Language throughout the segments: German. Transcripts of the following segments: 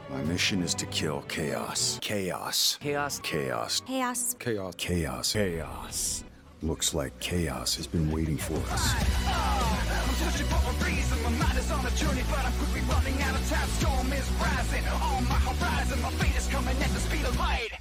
My mission is to kill chaos. Chaos. Chaos. Chaos. Chaos. Chaos. Chaos. Chaos. Looks like chaos has been waiting for us. I'm searching for a reason. My mind is on a journey, but I'm quickly running out of time. Storm is rising on my horizon. My fate is coming at the speed of light.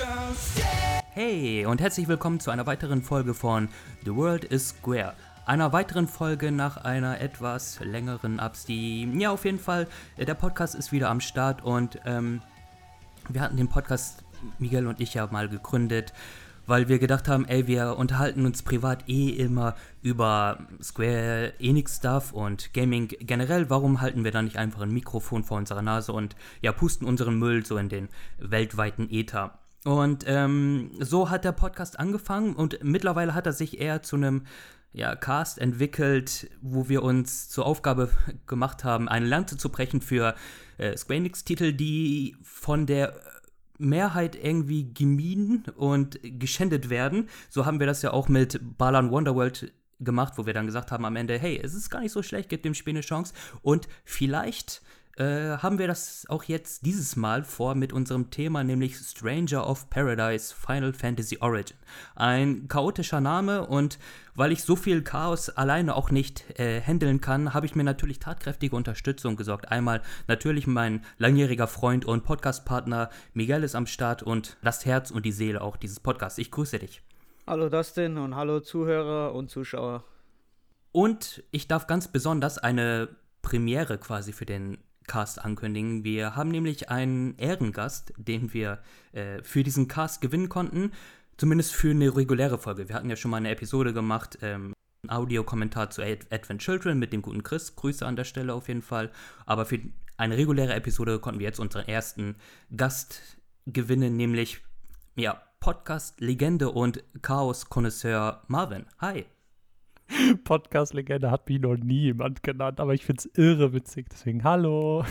Hey und herzlich willkommen zu einer weiteren Folge von The World is Square. Einer weiteren Folge nach einer etwas längeren Abstinenz. Ja, auf jeden Fall, der Podcast ist wieder am Start und wir hatten den Podcast, Miguel und ich, ja mal gegründet, weil wir gedacht haben, wir unterhalten uns privat immer über Square Enix Stuff und Gaming generell. Warum halten wir da nicht einfach ein Mikrofon vor unserer Nase und ja, pusten unseren Müll so in den weltweiten Äther? Und so hat der Podcast angefangen und mittlerweile hat er sich eher zu einem Cast entwickelt, wo wir uns zur Aufgabe gemacht haben, eine Lanze zu brechen für Square Enix-Titel, die von der Mehrheit irgendwie gemieden und geschändet werden. So haben wir das ja auch mit Balan Wonderworld gemacht, wo wir dann gesagt haben am Ende, hey, es ist gar nicht so schlecht, gebt dem Spiel eine Chance. Und vielleicht haben wir das auch jetzt dieses Mal vor mit unserem Thema, nämlich Stranger of Paradise Final Fantasy Origin. Ein chaotischer Name und weil ich so viel Chaos alleine auch nicht handeln kann, habe ich mir natürlich tatkräftige Unterstützung gesorgt. Einmal natürlich mein langjähriger Freund und Podcastpartner Miguel ist am Start und das Herz und die Seele auch dieses Podcasts. Ich grüße dich. Hallo Dustin und hallo Zuhörer und Zuschauer. Und ich darf ganz besonders eine Premiere quasi für den Cast ankündigen. Wir haben nämlich einen Ehrengast, den wir für diesen Cast gewinnen konnten, zumindest für eine reguläre Folge. Wir hatten ja schon mal eine Episode gemacht, einen Audiokommentar zu Advent Children mit dem guten Chris. Grüße an der Stelle auf jeden Fall. Aber für eine reguläre Episode konnten wir jetzt unseren ersten Gast gewinnen, nämlich Podcast-Legende und Chaos-Konnoisseur Marvin. Hi. Podcast-Legende hat mich noch nie jemand genannt, aber ich find's irre witzig, deswegen hallo.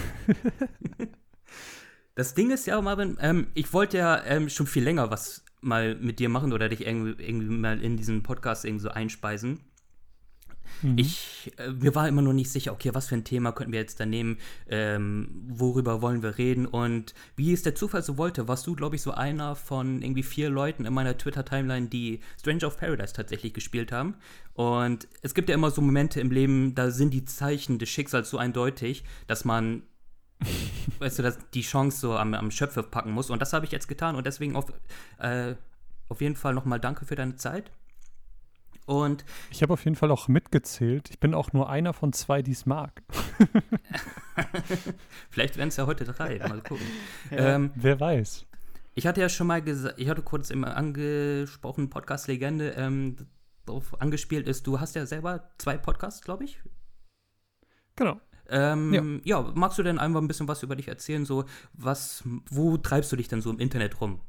Das Ding ist ja, Marvin, ich wollte ja schon viel länger was mal mit dir machen oder dich irgendwie mal in diesen Podcast irgendwie so einspeisen. Mir war immer noch nicht sicher, okay, was für ein Thema könnten wir jetzt da nehmen, worüber wollen wir reden und wie es der Zufall so wollte, warst du, glaube ich, so einer von irgendwie 4 Leuten in meiner Twitter-Timeline, die Stranger of Paradise tatsächlich gespielt haben. Und es gibt ja immer so Momente im Leben, da sind die Zeichen des Schicksals so eindeutig, dass man weißt du, dass die Chance so am Schöpfe packen muss. Und das habe ich jetzt getan und deswegen auf jeden Fall nochmal danke für deine Zeit. Und ich habe auf jeden Fall auch mitgezählt. Ich bin auch nur einer von 2, die es mag. Vielleicht werden es ja heute 3. Mal gucken. Wer weiß. Ich hatte ja schon mal gesagt, ich hatte kurz immer angesprochen, Podcast-Legende, darauf angespielt ist, du hast ja selber 2 Podcasts, glaube ich. Genau. Magst du denn einfach ein bisschen was über dich erzählen? So, wo treibst du dich denn so im Internet rum?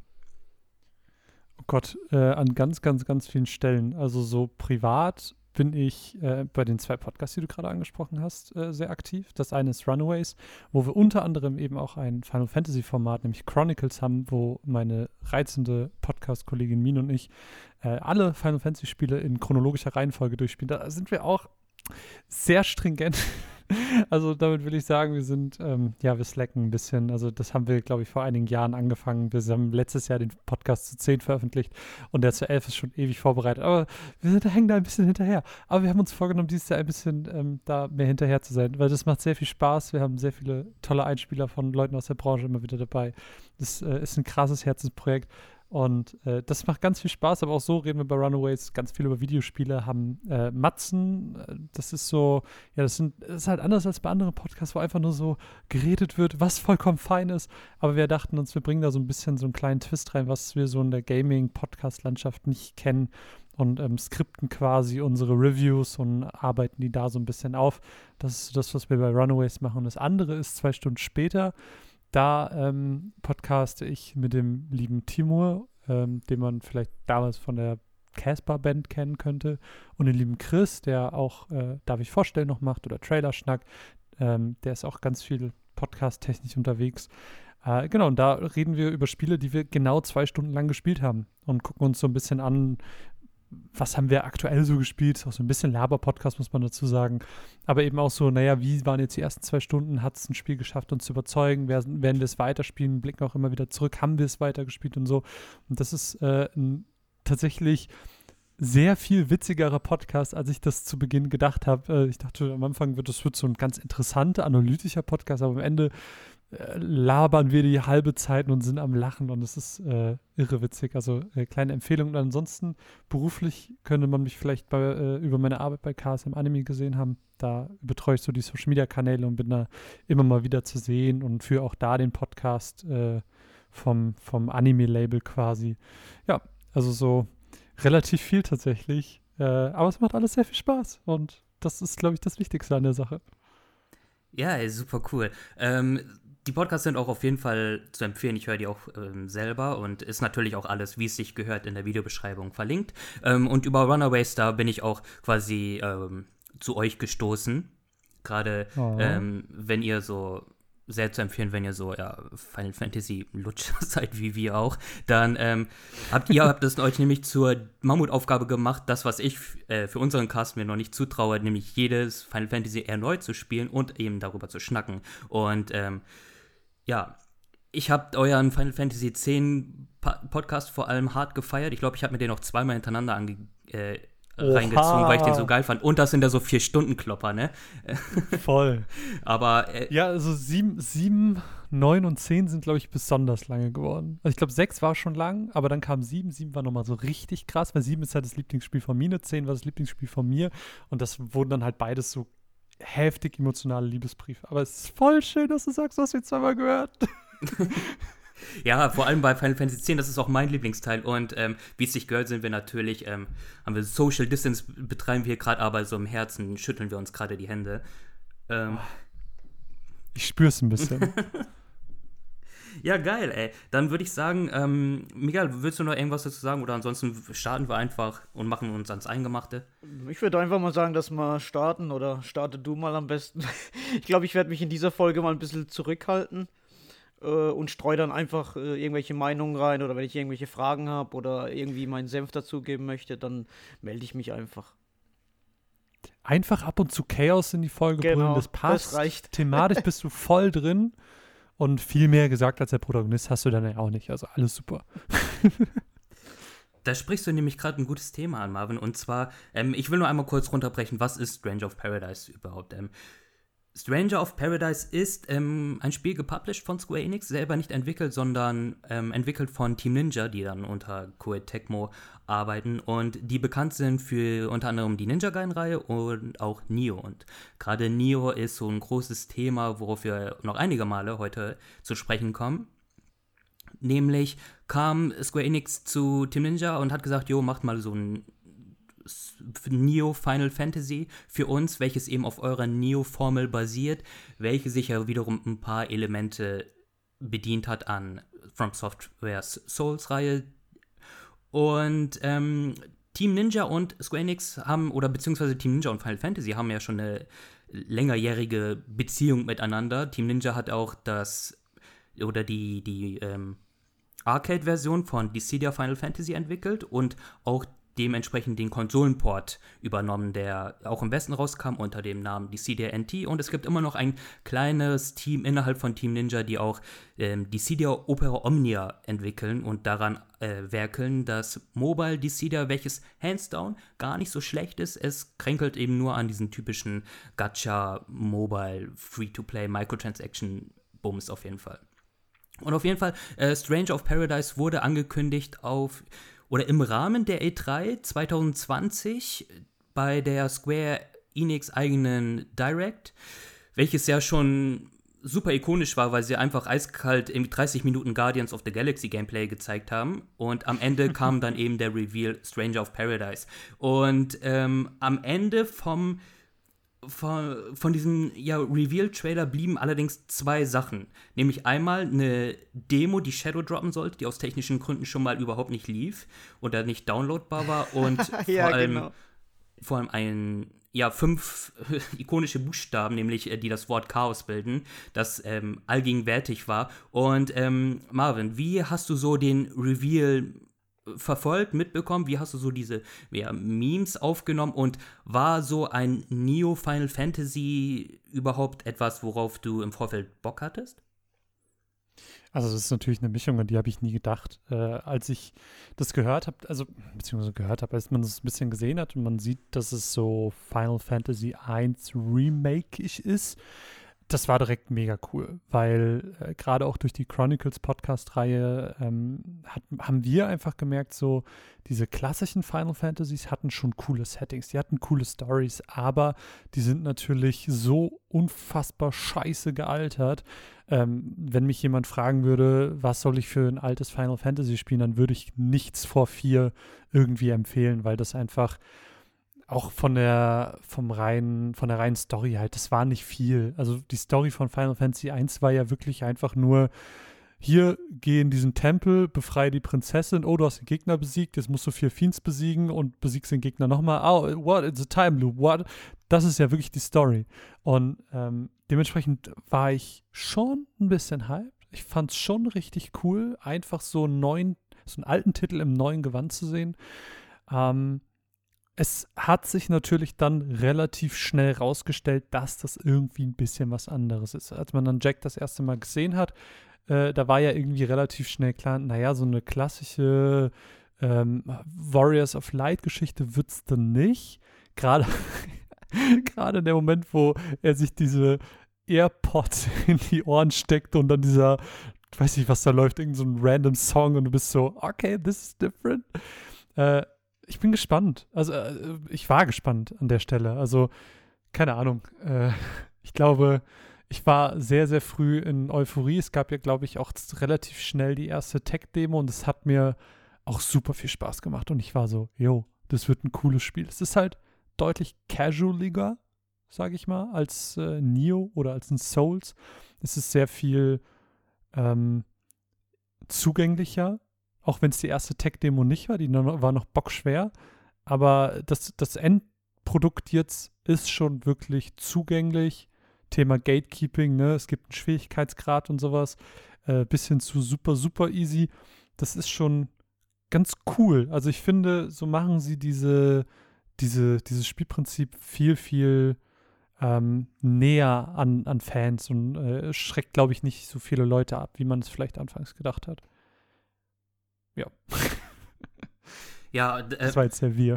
Oh Gott, an ganz, ganz, ganz vielen Stellen. Also so privat bin ich bei den 2 Podcasts, die du gerade angesprochen hast, sehr aktiv. Das eine ist Runaways, wo wir unter anderem eben auch ein Final Fantasy Format, nämlich Chronicles haben, wo meine reizende Podcast-Kollegin Min und ich alle Final Fantasy Spiele in chronologischer Reihenfolge durchspielen. Da sind wir auch sehr stringent. Also damit will ich sagen, wir sind, wir slacken ein bisschen. Also das haben wir, glaube ich, vor einigen Jahren angefangen. Wir haben letztes Jahr den Podcast zu 10 veröffentlicht und der zu 11 ist schon ewig vorbereitet. Aber wir hängen da ein bisschen hinterher. Aber wir haben uns vorgenommen, dieses Jahr ein bisschen da mehr hinterher zu sein, weil das macht sehr viel Spaß. Wir haben sehr viele tolle Einspieler von Leuten aus der Branche immer wieder dabei. Das ist ein krasses Herzensprojekt. Und das macht ganz viel Spaß, aber auch so reden wir bei Runaways ganz viel über Videospiele, haben Matzen, das ist so, das ist halt anders als bei anderen Podcasts, wo einfach nur so geredet wird, was vollkommen fein ist, aber wir dachten uns, wir bringen da so ein bisschen so einen kleinen Twist rein, was wir so in der Gaming-Podcast-Landschaft nicht kennen und skripten quasi unsere Reviews und arbeiten die da so ein bisschen auf. Das ist das, was wir bei Runaways machen. Und das andere ist 2 Stunden später. Da podcaste ich mit dem lieben Timur, den man vielleicht damals von der Casper-Band kennen könnte, und den lieben Chris, der auch Darf ich vorstellen noch macht oder Trailerschnack. Der ist auch ganz viel podcast-technisch unterwegs. Und da reden wir über Spiele, die wir genau 2 Stunden lang gespielt haben und gucken uns so ein bisschen an, was haben wir aktuell so gespielt? Ist auch so ein bisschen Laber-Podcast, muss man dazu sagen. Aber eben auch so, naja, wie waren jetzt die ersten 2 Stunden? Hat es ein Spiel geschafft, uns zu überzeugen? Werden wir es weiterspielen? Blicken auch immer wieder zurück. Haben wir es weitergespielt und so? Und das ist ein tatsächlich sehr viel witzigerer Podcast, als ich das zu Beginn gedacht habe. Ich dachte am Anfang, wird so ein ganz interessanter, analytischer Podcast, aber am Ende labern wir die halbe Zeit und sind am Lachen und es ist irre witzig. Also kleine Empfehlung. Und ansonsten beruflich könnte man mich vielleicht über meine Arbeit bei KSM Anime gesehen haben. Da betreue ich so die Social-Media-Kanäle und bin da immer mal wieder zu sehen und führe auch da den Podcast vom Anime-Label quasi. Ja, also so relativ viel tatsächlich. Aber es macht alles sehr viel Spaß und das ist, glaube ich, das Wichtigste an der Sache. Ja, ey, super cool. Die Podcasts sind auch auf jeden Fall zu empfehlen. Ich höre die auch selber und ist natürlich auch alles, wie es sich gehört, in der Videobeschreibung verlinkt. Und über Runaways, da bin ich auch quasi zu euch gestoßen. Gerade wenn ihr so, sehr zu empfehlen, wenn ihr so Final Fantasy Lutscher seid, wie wir auch, dann habt es euch nämlich zur Mammutaufgabe gemacht, das, was ich für unseren Cast mir noch nicht zutraue, nämlich jedes Final Fantasy erneut zu spielen und eben darüber zu schnacken. Und ich habe euren Final Fantasy X Podcast vor allem hart gefeiert. Ich glaube, ich habe mir den auch zweimal hintereinander reingezogen, weil ich den so geil fand. Und das sind ja so 4-Stunden-Klopper, ne? Voll. Aber ja, also 7, 9 und 10 sind, glaube ich, besonders lange geworden. Also ich glaube, 6 war schon lang, aber dann kam 7. 7 war nochmal so richtig krass, weil 7 ist halt das Lieblingsspiel von Mine, 10 war das Lieblingsspiel von mir. Und das wurden dann halt beides so heftig emotionale Liebesbriefe. Aber es ist voll schön, dass du sagst, du hast ihn zweimal gehört. Ja, vor allem bei Final Fantasy X, das ist auch mein Lieblingsteil. Und wie es sich gehört, sind wir natürlich, haben wir Social Distance, betreiben wir gerade, aber so im Herzen schütteln wir uns gerade die Hände. Ich spür's ein bisschen. Ja, geil, ey. Dann würde ich sagen, Miguel, willst du noch irgendwas dazu sagen? Oder ansonsten starten wir einfach und machen uns ans Eingemachte? Ich würde einfach mal sagen, dass wir starten, oder starte du mal am besten. Ich glaube, ich werde mich in dieser Folge mal ein bisschen zurückhalten und streue dann einfach irgendwelche Meinungen rein, oder wenn ich irgendwelche Fragen habe oder irgendwie meinen Senf dazugeben möchte, dann melde ich mich einfach. Einfach ab und zu Chaos in die Folge brüllen, das passt. Das reicht. Thematisch bist du voll drin und viel mehr gesagt als der Protagonist hast du dann ja auch nicht. Also alles super. Da sprichst du nämlich gerade ein gutes Thema an, Marvin. Und zwar, ich will nur einmal kurz runterbrechen, was ist Stranger of Paradise überhaupt? Stranger of Paradise ist ein Spiel gepublished von Square Enix, selber nicht entwickelt, sondern entwickelt von Team Ninja, die dann unter Koei Tecmo arbeiten und die bekannt sind für unter anderem die Ninja Gaiden-Reihe und auch Nioh. Und gerade Nioh ist so ein großes Thema, worauf wir noch einige Male heute zu sprechen kommen. Nämlich kam Square Enix zu Team Ninja und hat gesagt, jo, macht mal so ein Nioh Final Fantasy für uns, welches eben auf eurer Nioh-Formel basiert, welche sich ja wiederum ein paar Elemente bedient hat an From Softwares Souls-Reihe. Und Team Ninja und Square Enix haben, oder beziehungsweise Team Ninja und Final Fantasy haben ja schon eine längerjährige Beziehung miteinander. Team Ninja hat auch die Arcade-Version von Dissidia Final Fantasy entwickelt und auch dementsprechend den Konsolenport übernommen, der auch im Westen rauskam unter dem Namen Dissidia NT. Und es gibt immer noch ein kleines Team innerhalb von Team Ninja, die auch Dissidia Opera Omnia entwickeln und daran werkeln, das Mobile Dissidia, welches hands down gar nicht so schlecht ist. Es kränkelt eben nur an diesen typischen Gacha-Mobile Free-to-Play Microtransaction-Bums auf jeden Fall. Und auf jeden Fall, Stranger of Paradise wurde angekündigt im Rahmen der E3 2020 bei der Square Enix eigenen Direct, welches ja schon super ikonisch war, weil sie einfach eiskalt irgendwie 30 Minuten Guardians of the Galaxy Gameplay gezeigt haben und am Ende kam dann eben der Reveal Stranger of Paradise. Und am Ende von diesem Reveal-Trailer blieben allerdings 2 Sachen. Nämlich einmal eine Demo, die Shadow droppen sollte, die aus technischen Gründen schon mal überhaupt nicht lief oder nicht downloadbar war und vor allem 5 ikonische Buchstaben, nämlich die das Wort Chaos bilden, das allgegenwärtig war. Und Marvin, wie hast du so den Reveal verfolgt, mitbekommen? Wie hast du so diese Memes aufgenommen und war so ein Neo Final Fantasy überhaupt etwas, worauf du im Vorfeld Bock hattest? Also das ist natürlich eine Mischung, an die habe ich nie gedacht. Als ich das gehört habe, als man das ein bisschen gesehen hat und man sieht, dass es so Final Fantasy 1 Remake-isch ist, das war direkt mega cool, weil gerade auch durch die Chronicles Podcast-Reihe haben wir einfach gemerkt, so diese klassischen Final Fantasies hatten schon coole Settings, die hatten coole Stories, aber die sind natürlich so unfassbar scheiße gealtert. Wenn mich jemand fragen würde, was soll ich für ein altes Final Fantasy spielen, dann würde ich nichts vor 4 irgendwie empfehlen, weil das einfach auch von der reinen Story halt, das war nicht viel. Also die Story von Final Fantasy 1 war ja wirklich einfach nur, hier, geh in diesen Tempel, befreie die Prinzessin, oh, du hast den Gegner besiegt, jetzt musst du 4 Fiends besiegen und besiegst den Gegner nochmal, oh, what, it's a time loop, what? Das ist ja wirklich die Story. Und dementsprechend war ich schon ein bisschen hyped. Ich fand es schon richtig cool, einfach so einen alten Titel im neuen Gewand zu sehen. Es hat sich natürlich dann relativ schnell rausgestellt, dass das irgendwie ein bisschen was anderes ist. Als man dann Jack das erste Mal gesehen hat, da war ja irgendwie relativ schnell klar, naja, so eine klassische Warriors of Light-Geschichte wird es dann nicht. Gerade der Moment, wo er sich diese AirPods in die Ohren steckt und dann dieser, ich weiß nicht, was da läuft, irgend so ein random Song und du bist so, okay, this is different. Ich bin gespannt. Also, ich war gespannt an der Stelle. Also, keine Ahnung. Ich glaube, ich war sehr, sehr früh in Euphorie. Es gab ja, glaube ich, auch relativ schnell die erste Tech-Demo und es hat mir auch super viel Spaß gemacht. Und ich war so, yo, das wird ein cooles Spiel. Es ist halt deutlich casualiger, sage ich mal, als Neo oder als ein Souls. Es ist sehr viel zugänglicher. Auch wenn es die erste Tech-Demo nicht war, die war noch bockschwer. Aber das Endprodukt jetzt ist schon wirklich zugänglich. Thema Gatekeeping, ne? Es gibt einen Schwierigkeitsgrad und sowas. Bis hin zu super, super easy. Das ist schon ganz cool. Also ich finde, so machen sie dieses Spielprinzip viel, viel näher an Fans und schreckt, glaube ich, nicht so viele Leute ab, wie man es vielleicht anfangs gedacht hat. Ja. Ja, das war jetzt ja wir.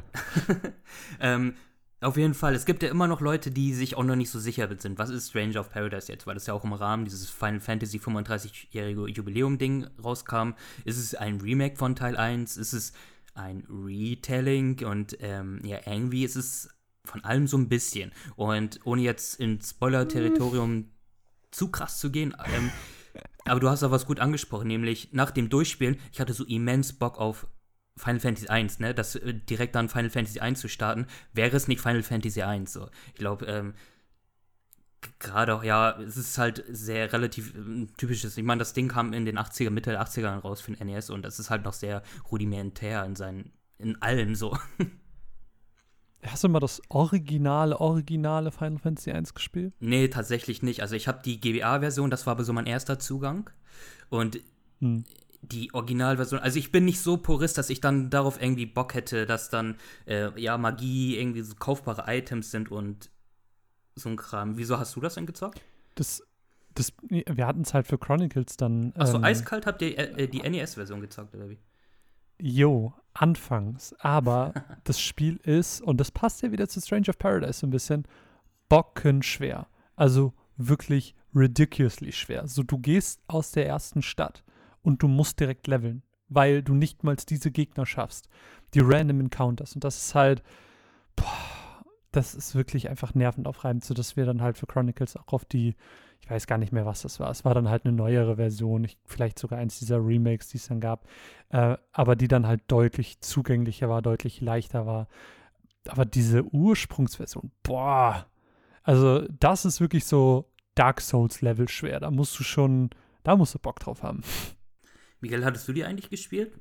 Auf jeden Fall, es gibt ja immer noch Leute, die sich auch noch nicht so sicher sind. Was ist Stranger of Paradise jetzt? Weil das ja auch im Rahmen dieses Final Fantasy 35-jährige Jubiläum-Ding rauskam. Ist es ein Remake von Teil 1? Ist es ein Retelling? Und irgendwie ist es von allem so ein bisschen. Und ohne jetzt ins Spoiler-Territorium zu krass zu gehen, aber du hast da was gut angesprochen, nämlich nach dem Durchspielen, ich hatte so immens Bock auf Final Fantasy 1, ne, das direkt dann Final Fantasy 1 zu starten, wäre es nicht Final Fantasy 1, so. Ich glaube, gerade auch, ja, es ist halt sehr relativ typisches, ich meine, das Ding kam in den 80er, Mitte der 80er raus für den NES und das ist halt noch sehr rudimentär in allem so. Hast du mal das originale Final Fantasy 1 gespielt? Nee, tatsächlich nicht. Also ich habe die GBA-Version, das war aber so mein erster Zugang. Und die Originalversion, also ich bin nicht so Purist, dass ich dann darauf irgendwie Bock hätte, dass dann, Magie irgendwie so kaufbare Items sind und so ein Kram. Wieso hast du das denn gezockt? Wir hatten es halt für Chronicles dann. Achso, eiskalt habt ihr die NES-Version gezockt, oder wie? Jo, anfangs. Aber das Spiel ist, und das passt ja wieder zu Stranger of Paradise so ein bisschen, bockenschwer. Also wirklich ridiculously schwer. So, du gehst aus der ersten Stadt und du musst direkt leveln, weil du nicht mal diese Gegner schaffst. Die Random Encounters. Und das ist halt, das ist wirklich einfach nervenaufreibend, sodass wir dann halt für Chronicles auch auf die, ich weiß gar nicht mehr, was das war. Es war dann halt eine neuere Version, vielleicht sogar eins dieser Remakes, die es dann gab, aber die dann halt deutlich zugänglicher war, deutlich leichter war. Aber diese Ursprungsversion, also das ist wirklich so Dark Souls-Level schwer. Da musst du Bock drauf haben. Miguel, hattest du die eigentlich gespielt?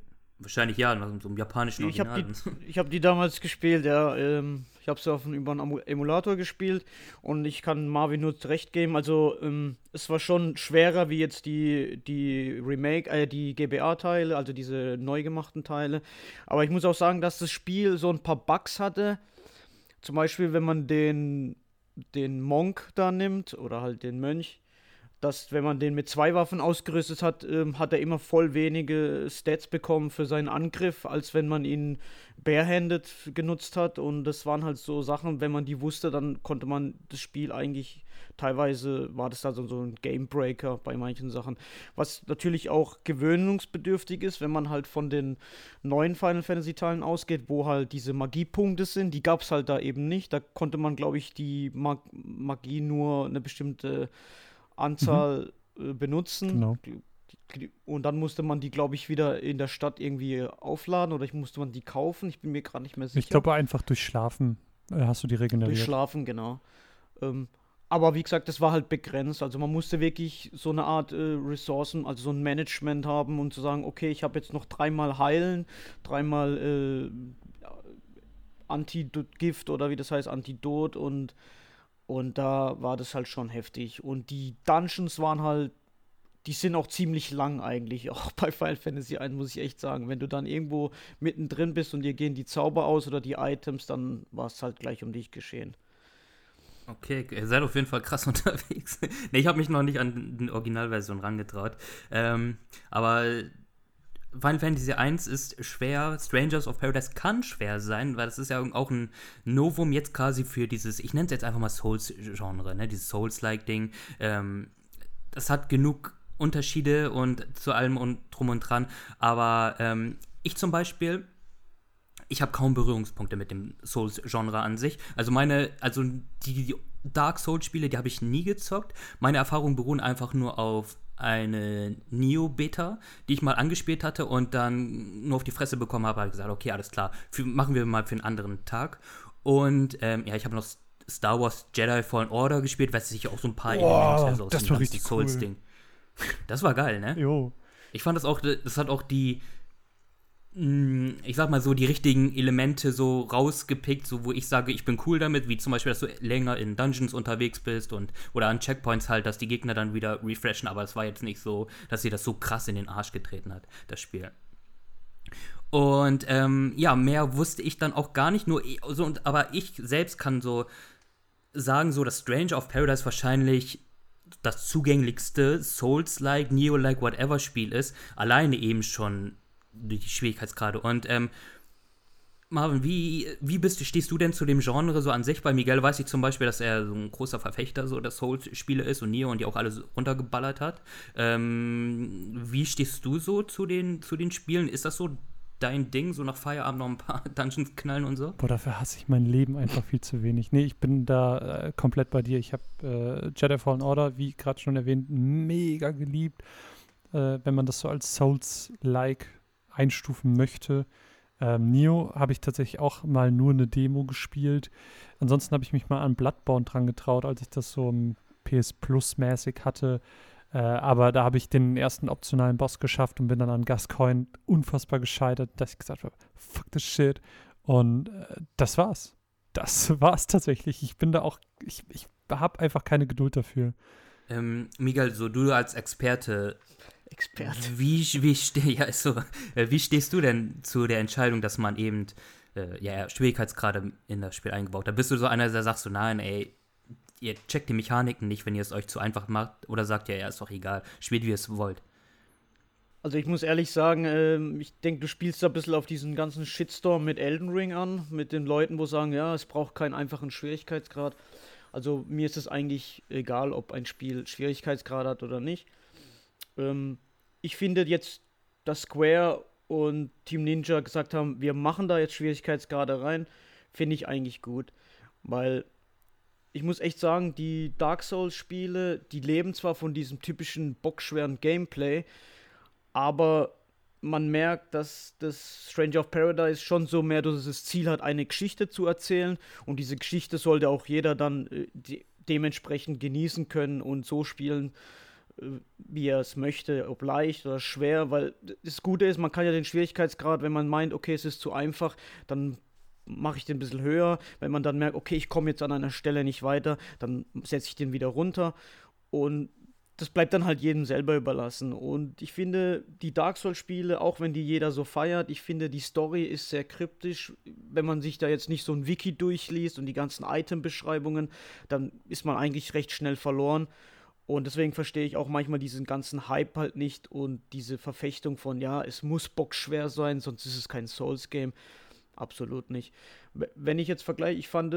Wahrscheinlich ja, nach so einem japanischen Ich habe Original. ich hab die damals gespielt, ja. Ich habe sie über einen Emulator gespielt und ich kann Marvin nur recht geben. Also, es war schon schwerer wie jetzt die Remake, die GBA-Teile, also diese neu gemachten Teile. Aber ich muss auch sagen, dass das Spiel so ein paar Bugs hatte. Zum Beispiel, wenn man den Monk da nimmt oder halt den Mönch, dass wenn man den mit 2 Waffen ausgerüstet hat, hat er immer voll wenige Stats bekommen für seinen Angriff, als wenn man ihn barehanded genutzt hat. Und das waren halt so Sachen, wenn man die wusste, dann konnte man das Spiel eigentlich, teilweise war das da so ein Gamebreaker bei manchen Sachen. Was natürlich auch gewöhnungsbedürftig ist, wenn man halt von den neuen Final Fantasy Teilen ausgeht, wo halt diese Magiepunkte sind, die gab es halt da eben nicht. Da konnte man, glaube ich, die Magie nur eine bestimmte Anzahl benutzen. Genau. Und dann musste man die, glaube ich, wieder in der Stadt irgendwie aufladen oder musste man die kaufen. Ich bin mir gerade nicht mehr sicher. Ich glaube, einfach durch Schlafen hast du die regeneriert. Durch Schlafen, genau. Aber wie gesagt, das war halt begrenzt. Also man musste wirklich so eine Art Ressourcen, also so ein Management haben und zu sagen, okay, ich habe jetzt noch 3-mal Heilen, 3-mal Antigift oder wie das heißt, Antidot und da war das halt schon heftig. Und die Dungeons waren halt, die sind auch ziemlich lang eigentlich, auch bei Final Fantasy 1, muss ich echt sagen. Wenn du dann irgendwo mittendrin bist und dir gehen die Zauber aus oder die Items, dann war es halt gleich um dich geschehen. Okay, ihr seid auf jeden Fall krass unterwegs. Ne, ich habe mich noch nicht an die Originalversion rangetraut. Aber Final Fantasy 1 ist schwer, Strangers of Paradise kann schwer sein, weil das ist ja auch ein Novum jetzt quasi für dieses, ich nenne es jetzt einfach mal Souls-Genre, ne, dieses Souls-like-Ding. Das hat genug Unterschiede und zu allem und drum und dran, aber ich zum Beispiel, ich habe kaum Berührungspunkte mit dem Souls-Genre an sich. Also die Dark Souls-Spiele, die habe ich nie gezockt. Meine Erfahrungen beruhen einfach nur auf eine Neo-Beta, die ich mal angespielt hatte und dann nur auf die Fresse bekommen habe, gesagt, okay, alles klar, machen wir mal für einen anderen Tag. Und ich habe noch Star Wars Jedi Fallen Order gespielt, was sich auch so ein paar Elemente aus das dem war ganzen richtig Souls-Ding. Das war geil, ne? Jo. Ich fand das hat auch die, ich sag mal so, die richtigen Elemente so rausgepickt, so wo ich sage, ich bin cool damit, wie zum Beispiel, dass du länger in Dungeons unterwegs bist oder an Checkpoints halt, dass die Gegner dann wieder refreshen, aber es war jetzt nicht so, dass sie das so krass in den Arsch getreten hat, das Spiel. Und mehr wusste ich dann auch gar nicht, aber ich selbst kann so sagen, so, dass Stranger of Paradise wahrscheinlich das zugänglichste Souls-like, Neo-like, whatever Spiel ist, alleine eben schon die Schwierigkeitsgrade. Und Marvin, wie stehst du denn zu dem Genre so an sich? Bei Miguel weiß ich zum Beispiel, dass er so ein großer Verfechter so der Souls-Spiele ist und Neo und die auch alle so runtergeballert hat. Wie stehst du so zu den Spielen? Ist das so dein Ding, so nach Feierabend noch ein paar Dungeons knallen und so? Boah, dafür hasse ich mein Leben einfach viel zu wenig. Nee, ich bin da komplett bei dir. Ich habe Jedi Fallen Order, wie gerade schon erwähnt, mega geliebt. Wenn man das so als Souls-like einstufen möchte. Neo habe ich tatsächlich auch mal nur eine Demo gespielt. Ansonsten habe ich mich mal an Bloodborne dran getraut, als ich das so PS Plus mäßig hatte. Aber da habe ich den ersten optionalen Boss geschafft und bin dann an Gascoigne unfassbar gescheitert, dass ich gesagt habe, fuck this shit. Und das war's. Das war's tatsächlich. Ich bin da auch, ich habe einfach keine Geduld dafür. Miguel, so du als Experte, wie stehst du denn zu der Entscheidung, dass man eben Schwierigkeitsgrade in das Spiel eingebaut hat? Bist du so einer, der sagt so, nein, ey, ihr checkt die Mechaniken nicht, wenn ihr es euch zu einfach macht, oder sagt ihr, ja, ist doch egal, spielt wie ihr es wollt? Also ich muss ehrlich sagen, ich denke, du spielst da ein bisschen auf diesen ganzen Shitstorm mit Elden Ring an, mit den Leuten, wo sagen, ja, es braucht keinen einfachen Schwierigkeitsgrad. Also mir ist es eigentlich egal, ob ein Spiel Schwierigkeitsgrad hat oder nicht. Ich finde jetzt, dass Square und Team Ninja gesagt haben, wir machen da jetzt Schwierigkeitsgrade rein, finde ich eigentlich gut. Weil ich muss echt sagen, die Dark Souls-Spiele, die leben zwar von diesem typischen bockschweren Gameplay, aber man merkt, dass das Stranger of Paradise schon so mehr das Ziel hat, eine Geschichte zu erzählen. Und diese Geschichte sollte auch jeder dann dementsprechend genießen können und so spielen, wie er es möchte, ob leicht oder schwer, weil das Gute ist, man kann ja den Schwierigkeitsgrad, wenn man meint, okay, es ist zu einfach, dann mache ich den ein bisschen höher. Wenn man dann merkt, okay, ich komme jetzt an einer Stelle nicht weiter, dann setze ich den wieder runter. Und das bleibt dann halt jedem selber überlassen. Und ich finde, die Dark Souls-Spiele, auch wenn die jeder so feiert, ich finde, die Story ist sehr kryptisch. Wenn man sich da jetzt nicht so ein Wiki durchliest und die ganzen Item-Beschreibungen, dann ist man eigentlich recht schnell verloren. Und deswegen verstehe ich auch manchmal diesen ganzen Hype halt nicht und diese Verfechtung von, ja, es muss bockschwer sein, sonst ist es kein Souls-Game. Absolut nicht. Wenn ich jetzt vergleiche, ich fand,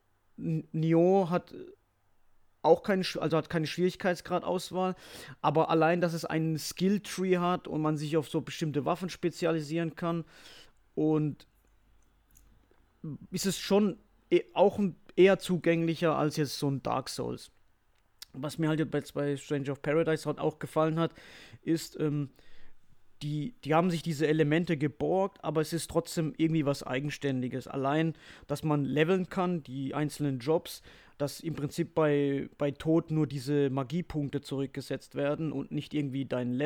Nioh hat auch hat keine Schwierigkeitsgradauswahl, aber allein, dass es einen Skill-Tree hat und man sich auf so bestimmte Waffen spezialisieren kann und ist es schon auch eher zugänglicher als jetzt so ein Dark Souls. Was mir halt jetzt bei Stranger of Paradise halt auch gefallen hat, ist, die haben sich diese Elemente geborgt, aber es ist trotzdem irgendwie was Eigenständiges. Allein, dass man leveln kann, die einzelnen Jobs, dass im Prinzip bei Tod nur diese Magiepunkte zurückgesetzt werden und nicht irgendwie deine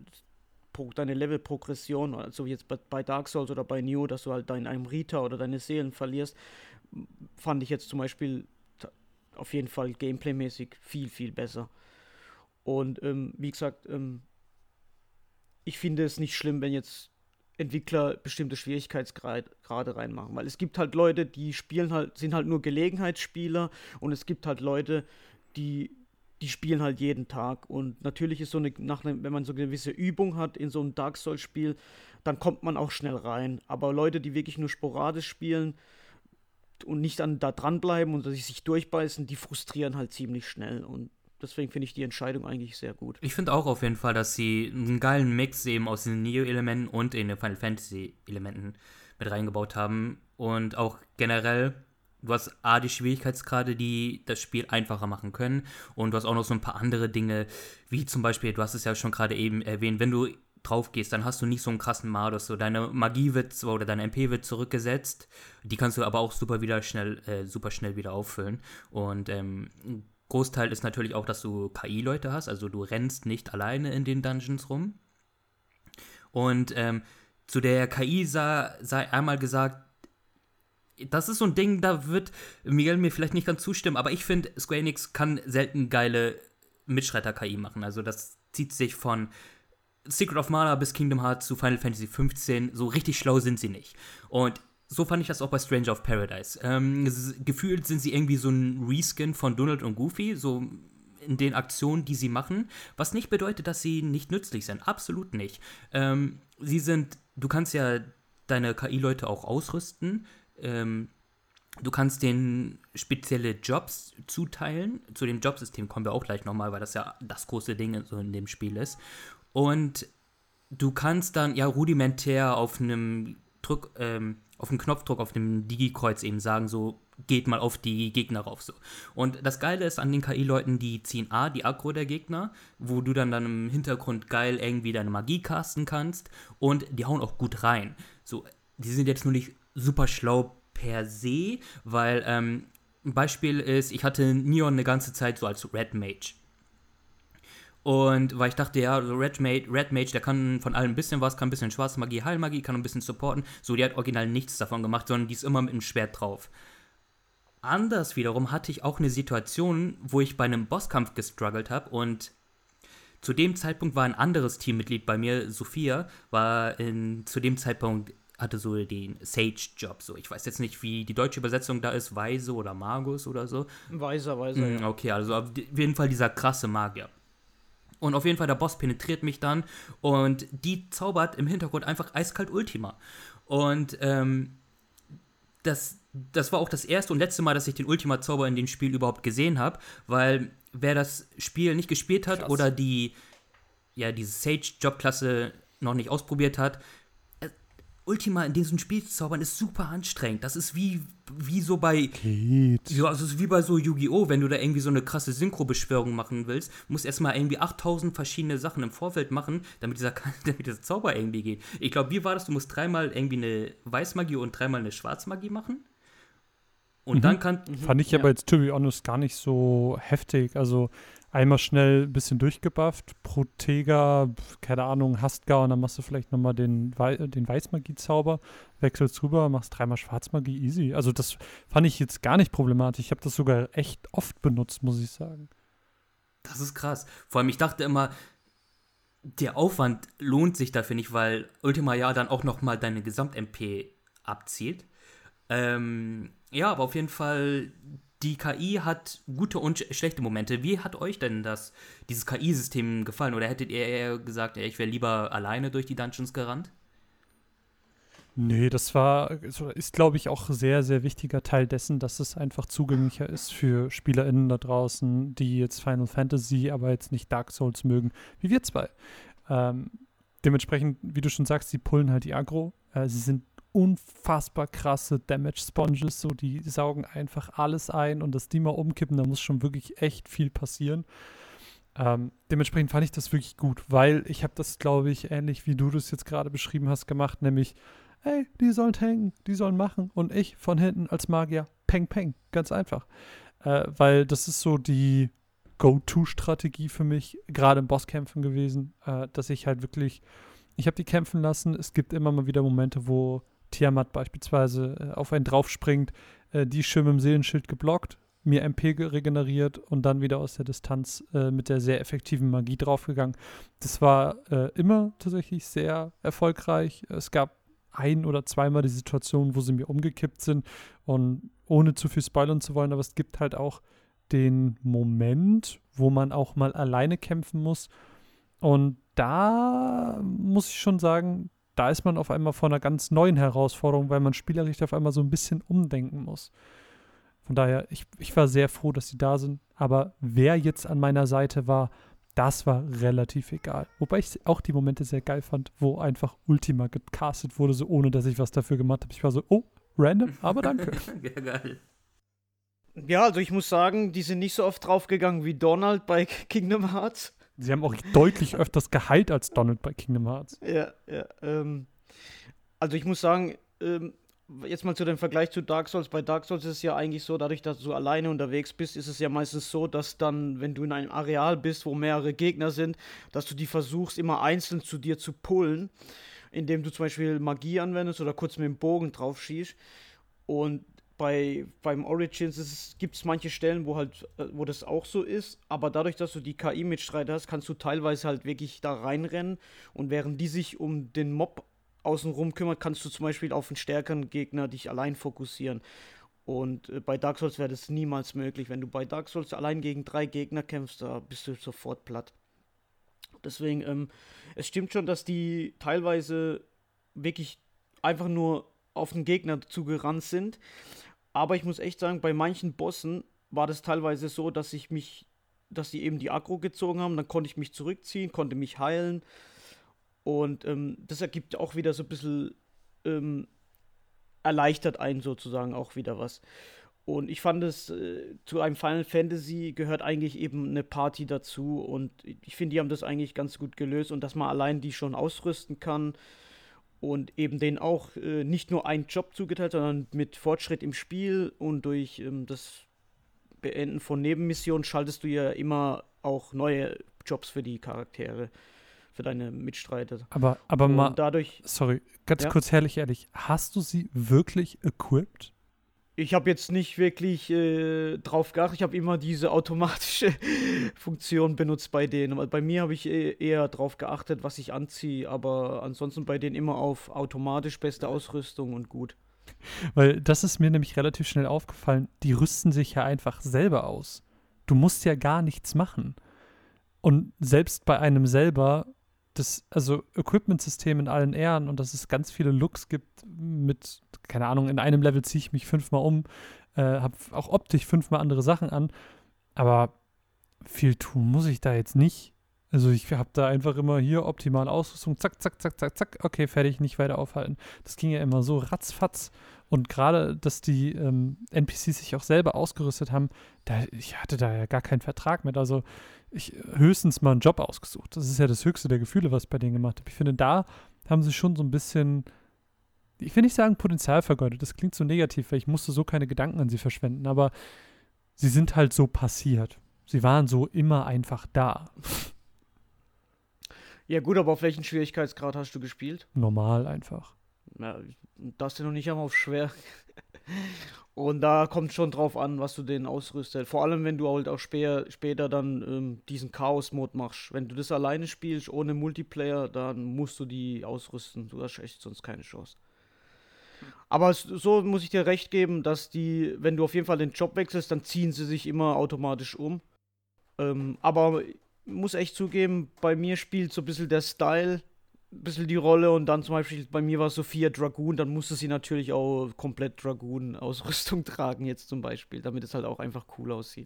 Levelprogression, also jetzt bei Dark Souls oder bei Nioh, dass du halt deinen Amrita oder deine Seelen verlierst, fand ich jetzt zum Beispiel auf jeden Fall gameplaymäßig viel, viel besser. Und wie gesagt, ich finde es nicht schlimm, wenn jetzt Entwickler bestimmte Schwierigkeitsgrade reinmachen, weil es gibt halt Leute, die sind halt nur Gelegenheitsspieler und es gibt halt Leute, die spielen halt jeden Tag und natürlich ist wenn man so eine gewisse Übung hat in so einem Dark Souls Spiel, dann kommt man auch schnell rein, aber Leute, die wirklich nur sporadisch spielen und nicht da dranbleiben und sich durchbeißen, die frustrieren halt ziemlich schnell und deswegen finde ich die Entscheidung eigentlich sehr gut. Ich finde auch auf jeden Fall, dass sie einen geilen Mix eben aus den Neo-Elementen und in den Final Fantasy-Elementen mit reingebaut haben. Und auch generell, du hast die Schwierigkeitsgrade, die das Spiel einfacher machen können. Und du hast auch noch so ein paar andere Dinge, wie zum Beispiel, du hast es ja schon gerade eben erwähnt, wenn du drauf gehst, dann hast du nicht so einen krassen Malus. So deine Magie oder deine MP wird zurückgesetzt. Die kannst du aber auch super schnell wieder auffüllen. Und Großteil ist natürlich auch, dass du KI-Leute hast, also du rennst nicht alleine in den Dungeons rum. Und zu der KI sei einmal gesagt, das ist so ein Ding, da wird Miguel mir vielleicht nicht ganz zustimmen, aber ich finde, Square Enix kann selten geile Mitschreiter-KI machen. Also das zieht sich von Secret of Mana bis Kingdom Hearts zu Final Fantasy 15, so richtig schlau sind sie nicht. Und so fand ich das auch bei Stranger of Paradise. Gefühlt sind sie irgendwie so ein Reskin von Donald und Goofy, so in den Aktionen, die sie machen, was nicht bedeutet, dass sie nicht nützlich sind. Absolut nicht. Du kannst ja deine KI-Leute auch ausrüsten. Du kannst denen spezielle Jobs zuteilen. Zu dem Jobsystem kommen wir auch gleich nochmal, weil das ja das große Ding so in dem Spiel ist. Und du kannst dann ja rudimentär auf einem Knopfdruck auf dem Digi-Kreuz eben sagen, so, geht mal auf die Gegner rauf, so. Und das Geile ist an den KI-Leuten, die ziehen die Aggro der Gegner, wo du dann im Hintergrund geil irgendwie deine Magie casten kannst und die hauen auch gut rein. So, die sind jetzt nur nicht super schlau per se, weil, ein Beispiel ist, ich hatte Neon eine ganze Zeit so als Red Mage. Und weil ich dachte, ja, so Red Mage, der kann von allem ein bisschen was, kann ein bisschen schwarze Magie, Heilmagie, kann ein bisschen supporten. So, die hat original nichts davon gemacht, sondern die ist immer mit dem Schwert drauf. Anders wiederum hatte ich auch eine Situation, wo ich bei einem Bosskampf gestruggelt habe und zu dem Zeitpunkt war ein anderes Teammitglied bei mir, Sophia, zu dem Zeitpunkt hatte so den Sage-Job, so. Ich weiß jetzt nicht, wie die deutsche Übersetzung da ist, Weise oder Magus oder so. Weiser, ja. Okay, also auf jeden Fall dieser krasse Magier. Und auf jeden Fall, der Boss penetriert mich dann und die zaubert im Hintergrund einfach eiskalt Ultima. Und das war auch das erste und letzte Mal, dass ich den Ultima-Zauber in dem Spiel überhaupt gesehen habe, weil wer das Spiel nicht gespielt hat oder diese Sage-Job-Klasse noch nicht ausprobiert hat, Ultima in diesem Spiel zu zaubern ist super anstrengend. Das ist wie so bei ja, also es ist wie bei so Yu-Gi-Oh!, wenn du da irgendwie so eine krasse Synchro-Beschwörung machen willst, musst erstmal irgendwie 8000 verschiedene Sachen im Vorfeld machen, damit dieser Zauber irgendwie geht. Ich glaube, wie war das? Du musst 3-mal irgendwie eine Weißmagie und 3-mal eine Schwarzmagie machen. Und dann fand ich aber jetzt, to be honest, gar nicht so heftig. Also einmal schnell ein bisschen durchgebufft, Protega, keine Ahnung, Hastgar und dann machst du vielleicht nochmal den Weißmagie-Zauber, wechselst rüber, machst 3-mal Schwarzmagie, easy. Also das fand ich jetzt gar nicht problematisch. Ich habe das sogar echt oft benutzt, muss ich sagen. Das ist krass. Vor allem, ich dachte immer, der Aufwand lohnt sich dafür nicht, weil Ultima ja dann auch nochmal deine Gesamt-MP abzieht. Ja, aber auf jeden Fall, die KI hat gute und schlechte Momente. Wie hat euch denn dieses KI-System gefallen? Oder hättet ihr eher gesagt, ich wäre lieber alleine durch die Dungeons gerannt? Nee, ist, glaube ich, auch ein sehr, sehr wichtiger Teil dessen, dass es einfach zugänglicher ist für SpielerInnen da draußen, die jetzt Final Fantasy, aber jetzt nicht Dark Souls mögen, wie wir zwei. Dementsprechend, wie du schon sagst, die pullen halt die Aggro. Sie sind unfassbar krasse Damage-Sponges, so die saugen einfach alles ein und dass die mal umkippen, da muss schon wirklich echt viel passieren. Dementsprechend fand ich das wirklich gut, weil ich habe das, glaube ich, ähnlich wie du das jetzt gerade beschrieben hast, gemacht, nämlich hey, die sollen tanken, die sollen machen und ich von hinten als Magier, peng, peng, ganz einfach. Weil das ist so die Go-To-Strategie für mich, gerade in Bosskämpfen gewesen, dass ich halt wirklich, ich habe die kämpfen lassen, es gibt immer mal wieder Momente, wo Tiamat beispielsweise auf einen draufspringt, die schön mit dem Seelenschild geblockt, mir MP regeneriert und dann wieder aus der Distanz mit der sehr effektiven Magie draufgegangen. Das war immer tatsächlich sehr erfolgreich. Es gab 1- oder 2-mal die Situation, wo sie mir umgekippt sind und ohne zu viel spoilern zu wollen, aber es gibt halt auch den Moment, wo man auch mal alleine kämpfen muss und da muss ich schon sagen, da ist man auf einmal vor einer ganz neuen Herausforderung, weil man spielerisch auf einmal so ein bisschen umdenken muss. Von daher, ich war sehr froh, dass sie da sind, aber wer jetzt an meiner Seite war, das war relativ egal. Wobei ich auch die Momente sehr geil fand, wo einfach Ultima gecastet wurde, so ohne, dass ich was dafür gemacht habe. Ich war so, oh, random, aber danke. Ja, geil. Ja, also ich muss sagen, die sind nicht so oft draufgegangen wie Donald bei Kingdom Hearts. Sie haben auch deutlich öfters geheilt als Donald bei Kingdom Hearts. Ja. Also ich muss sagen, jetzt mal zu dem Vergleich zu Dark Souls. Bei Dark Souls ist es ja eigentlich so, dadurch, dass du alleine unterwegs bist, ist es ja meistens so, dass dann, wenn du in einem Areal bist, wo mehrere Gegner sind, dass du die versuchst, immer einzeln zu dir zu pullen, indem du zum Beispiel Magie anwendest oder kurz mit dem Bogen drauf schießt. Und beim Origins gibt es manche Stellen, wo das auch so ist, aber dadurch, dass du die KI-Mitstreiter hast, kannst du teilweise halt wirklich da reinrennen und während die sich um den Mob außenrum kümmert, kannst du zum Beispiel auf einen stärkeren Gegner dich allein fokussieren. Und bei Dark Souls wäre das niemals möglich. Wenn du bei Dark Souls allein gegen 3 Gegner kämpfst, da bist du sofort platt. Deswegen, es stimmt schon, dass die teilweise wirklich einfach nur auf den Gegner zugerannt sind. Aber ich muss echt sagen, bei manchen Bossen war das teilweise so, dass die eben die Aggro gezogen haben, dann konnte ich mich zurückziehen, konnte mich heilen. Und das ergibt auch wieder so ein bisschen erleichtert einen sozusagen auch wieder was. Und ich fand es, zu einem Final Fantasy gehört eigentlich eben eine Party dazu. Und ich finde, die haben das eigentlich ganz gut gelöst. Und dass man allein die schon ausrüsten kann und eben denen auch nicht nur einen Job zugeteilt, sondern mit Fortschritt im Spiel und durch das Beenden von Nebenmissionen schaltest du ja immer auch neue Jobs für die Charaktere, für deine Mitstreiter. Aber und mal, dadurch, sorry, ganz Ja? kurz ehrlich, hast du sie wirklich equipped? ich habe jetzt nicht wirklich drauf geachtet, ich habe immer diese automatische Funktion benutzt bei denen. Aber bei mir habe ich eher drauf geachtet, was ich anziehe, aber ansonsten bei denen immer auf automatisch beste Ausrüstung und gut. Weil das ist mir nämlich relativ schnell aufgefallen, die rüsten sich ja einfach selber aus. Du musst ja gar nichts machen. Und selbst bei einem selber, also Equipment-System in allen Ehren und dass es ganz viele Looks gibt mit, keine Ahnung, in einem Level ziehe ich mich 5-mal um, habe auch optisch 5-mal andere Sachen an, aber viel tun muss ich da jetzt nicht. Also ich habe da einfach immer hier optimale Ausrüstung, zack, zack, zack, zack, zack, okay, fertig, nicht weiter aufhalten. Das ging ja immer so ratzfatz und gerade, dass die NPCs sich auch selber ausgerüstet haben, ich hatte da ja gar keinen Vertrag mit, also ich höchstens mal einen Job ausgesucht. Das ist ja das höchste der Gefühle, was ich bei denen gemacht habe. Ich finde, da haben sie schon so ein bisschen, ich will nicht sagen Potenzial vergeudet, das klingt so negativ, weil ich musste so keine Gedanken an sie verschwenden, aber sie sind halt so passiert. Sie waren so immer einfach da. Ja gut, aber auf welchen Schwierigkeitsgrad hast du gespielt? Normal einfach. Ja, das ist ja noch nicht einmal auf schwer. Und da kommt schon drauf an, was du denen ausrüstest. Vor allem, wenn du halt auch später dann diesen Chaos-Mode machst. Wenn du das alleine spielst, ohne Multiplayer, dann musst du die ausrüsten. Du hast echt sonst keine Chance. Aber so muss ich dir recht geben, dass die, wenn du auf jeden Fall den Job wechselst, dann ziehen sie sich immer automatisch um. Aber ich muss echt zugeben, bei mir spielt so ein bisschen der Style ein bisschen die Rolle und dann zum Beispiel bei mir war Sophia Dragoon, dann musste sie natürlich auch komplett Dragoon-Ausrüstung tragen jetzt zum Beispiel, damit es halt auch einfach cool aussieht.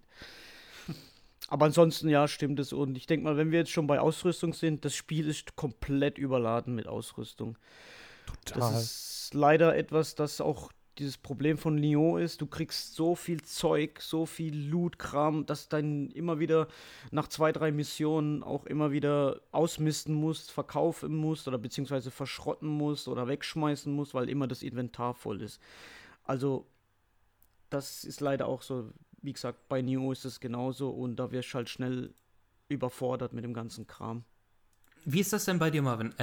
Aber ansonsten, ja, stimmt es. Und ich denke mal, wenn wir jetzt schon bei Ausrüstung sind, das Spiel ist komplett überladen mit Ausrüstung. Total. Das ist leider etwas, das auch dieses Problem von Lyon ist. Du kriegst so viel Zeug, so viel Loot-Kram, dass dann immer wieder nach 2, 3 Missionen auch immer wieder ausmisten musst, verkaufen musst oder beziehungsweise verschrotten musst oder wegschmeißen musst, weil immer das Inventar voll ist. Also, das ist leider auch so. Wie gesagt, bei Nioh ist es genauso und da wirst du halt schnell überfordert mit dem ganzen Kram. Wie ist das denn bei dir, Marvin?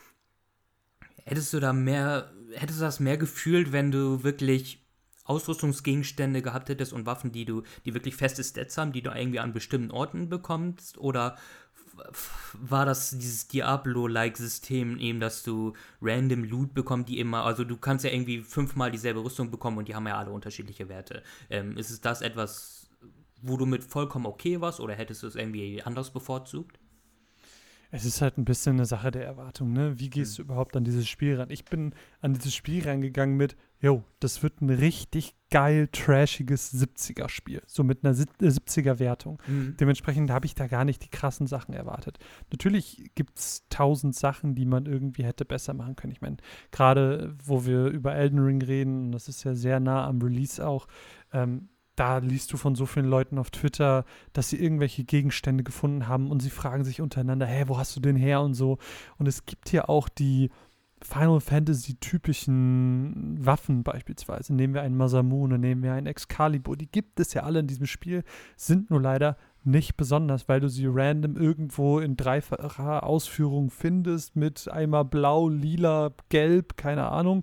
Hättest du das mehr gefühlt, wenn du wirklich Ausrüstungsgegenstände gehabt hättest und Waffen, die wirklich feste Stats haben, die du irgendwie an bestimmten Orten bekommst? Oder war das dieses Diablo-like System eben, dass du random Loot bekommst, die immer, also du kannst ja irgendwie 5-mal dieselbe Rüstung bekommen und die haben ja alle unterschiedliche Werte. Ist es das etwas, wo du mit vollkommen okay warst oder hättest du es irgendwie anders bevorzugt? Es ist halt ein bisschen eine Sache der Erwartung, ne? Wie gehst du überhaupt an dieses Spiel ran? Ich bin an dieses Spiel reingegangen mit, das wird ein richtig geil, trashiges 70er-Spiel. So mit einer 70er-Wertung. Dementsprechend habe ich da gar nicht die krassen Sachen erwartet. Natürlich gibt es 1000 Sachen, die man irgendwie hätte besser machen können. Ich meine, gerade wo wir über Elden Ring reden, und das ist ja sehr nah am Release auch, da liest du von so vielen Leuten auf Twitter, dass sie irgendwelche Gegenstände gefunden haben und sie fragen sich untereinander, wo hast du den her und so. Und es gibt ja auch die Final Fantasy-typischen Waffen beispielsweise. Nehmen wir einen Masamune, nehmen wir einen Excalibur. Die gibt es ja alle in diesem Spiel, sind nur leider nicht besonders, weil du sie random irgendwo in dreifacher Ausführung findest mit einmal blau, lila, gelb, keine Ahnung.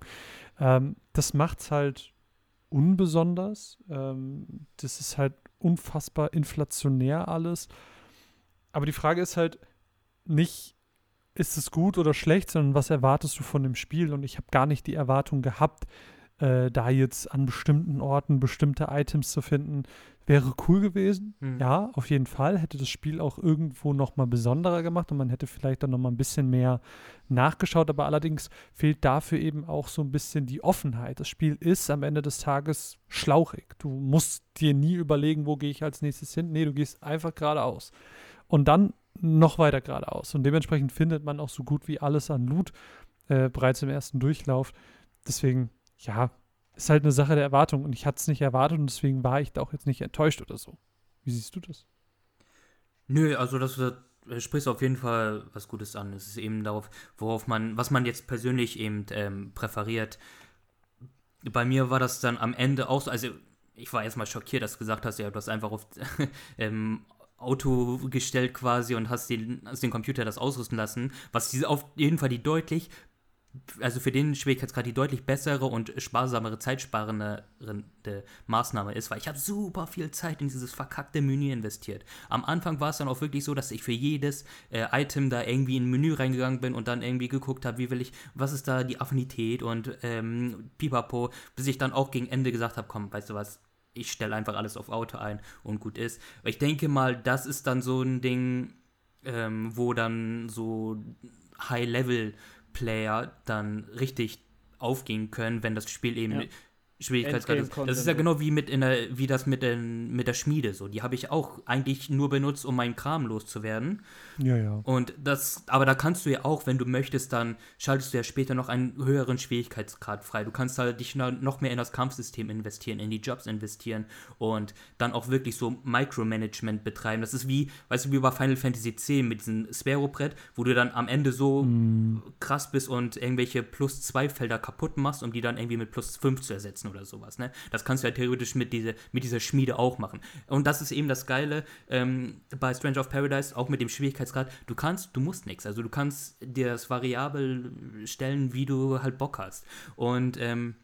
Das macht's halt unbesonders. Das ist halt unfassbar inflationär alles. Aber die Frage ist halt nicht, ist es gut oder schlecht, sondern was erwartest du von dem Spiel? Und ich habe gar nicht die Erwartung gehabt, da jetzt an bestimmten Orten bestimmte Items zu finden. Wäre cool gewesen. Ja, auf jeden Fall. Hätte das Spiel auch irgendwo nochmal besonderer gemacht und man hätte vielleicht dann nochmal ein bisschen mehr nachgeschaut. Aber allerdings fehlt dafür eben auch so ein bisschen die Offenheit. Das Spiel ist am Ende des Tages schlauchig. Du musst dir nie überlegen, wo gehe ich als nächstes hin. Nee, du gehst einfach geradeaus. Und dann noch weiter geradeaus. Und dementsprechend findet man auch so gut wie alles an Loot bereits im ersten Durchlauf. Deswegen, ja, ist halt eine Sache der Erwartung und ich hatte es nicht erwartet und deswegen war ich da auch jetzt nicht enttäuscht oder so. Wie siehst du das? Nö, also das sprichst auf jeden Fall was Gutes an. Es ist eben darauf, was man jetzt persönlich eben präferiert. Bei mir war das dann am Ende auch so, also ich war erstmal schockiert, dass du gesagt hast, ja, du hast einfach auf Auto gestellt quasi und hast den Computer das ausrüsten lassen, was auf jeden Fall also für den Schwierigkeitsgrad die deutlich bessere und sparsamere, zeitsparende Maßnahme ist, weil ich habe super viel Zeit in dieses verkackte Menü investiert. Am Anfang war es dann auch wirklich so, dass ich für jedes Item da irgendwie in ein Menü reingegangen bin und dann irgendwie geguckt habe, was ist da die Affinität und pipapo, bis ich dann auch gegen Ende gesagt habe, komm, weißt du was, ich stelle einfach alles auf Auto ein und gut ist. Aber ich denke mal, das ist dann so ein Ding, wo dann so High-Level-Player dann richtig aufgehen können, wenn das Spiel eben Schwierigkeitsgrad ist. Das ist ja genau wie das mit der Schmiede so. Die habe ich auch eigentlich nur benutzt, um meinen Kram loszuwerden. Ja. Und aber da kannst du ja auch, wenn du möchtest, dann schaltest du ja später noch einen höheren Schwierigkeitsgrad frei. Du kannst halt dich noch mehr in das Kampfsystem investieren, in die Jobs investieren und dann auch wirklich so Micromanagement betreiben. Das ist wie bei Final Fantasy X mit diesem Sparrow-Brett, wo du dann am Ende so krass bist und irgendwelche +2 Felder kaputt machst, um die dann irgendwie mit +5 zu ersetzen. benutzen oder sowas, ne? Das kannst du ja theoretisch mit dieser Schmiede auch machen. Und das ist eben das Geile bei Stranger of Paradise, auch mit dem Schwierigkeitsgrad. Du musst nichts. Also du kannst dir das variabel stellen, wie du halt Bock hast. Und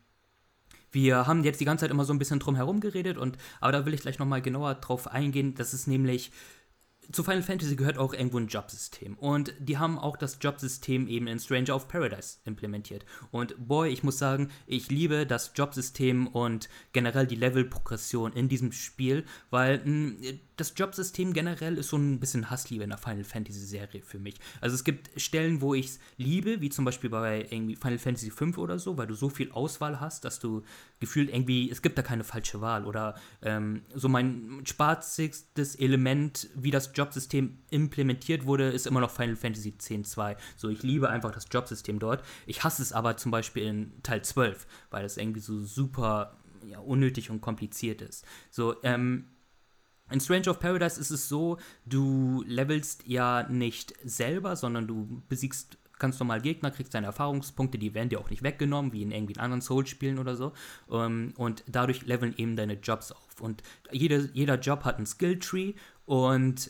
wir haben jetzt die ganze Zeit immer so ein bisschen drum herum geredet, aber da will ich gleich nochmal genauer drauf eingehen. Das ist nämlich, zu Final Fantasy gehört auch irgendwo ein Jobsystem. Und die haben auch das Jobsystem eben in Stranger of Paradise implementiert. Und boy, ich muss sagen, ich liebe das Jobsystem und generell die Levelprogression in diesem Spiel, weil das Jobsystem generell ist so ein bisschen Hassliebe in der Final Fantasy Serie für mich. Also es gibt Stellen, wo ich es liebe, wie zum Beispiel bei irgendwie Final Fantasy V oder so, weil du so viel Auswahl hast, dass du gefühlt irgendwie, es gibt da keine falsche Wahl. Oder so mein spaßigstes Element, wie das Jobsystem implementiert wurde, ist immer noch Final Fantasy X-2. So, ich liebe einfach das Jobsystem dort. Ich hasse es aber zum Beispiel in Teil 12, weil das irgendwie so super unnötig und kompliziert ist. So, in Stranger of Paradise ist es so, du levelst ja nicht selber, sondern du besiegst ganz normal Gegner, kriegst deine Erfahrungspunkte, die werden dir auch nicht weggenommen, wie in irgendwie anderen Souls-Spielen oder so. Und dadurch leveln eben deine Jobs auf. Und jeder Job hat einen Skill-Tree und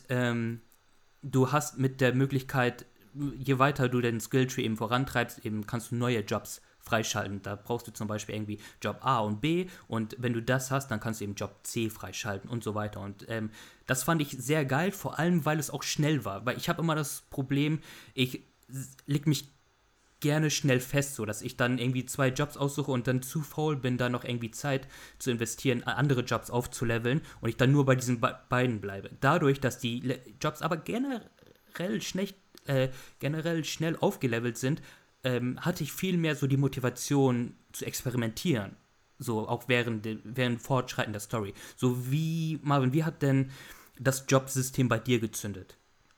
du hast mit der Möglichkeit, je weiter du den Skill-Tree eben vorantreibst, eben kannst du neue Jobs freischalten. Da brauchst du zum Beispiel irgendwie Job A und B und wenn du das hast, dann kannst du eben Job C freischalten und so weiter. Und das fand ich sehr geil, vor allem, weil es auch schnell war. Weil ich habe immer das Problem, ich leg mich gerne schnell fest, so dass ich dann irgendwie 2 Jobs aussuche und dann zu faul bin, da noch irgendwie Zeit zu investieren, andere Jobs aufzuleveln und ich dann nur bei diesen beiden bleibe. Dadurch, dass die Jobs aber generell schnell aufgelevelt sind, hatte ich viel mehr so die Motivation zu experimentieren. So auch während Fortschreiten der Story. So wie, Marvin, wie hat denn das Jobsystem bei dir gezündet?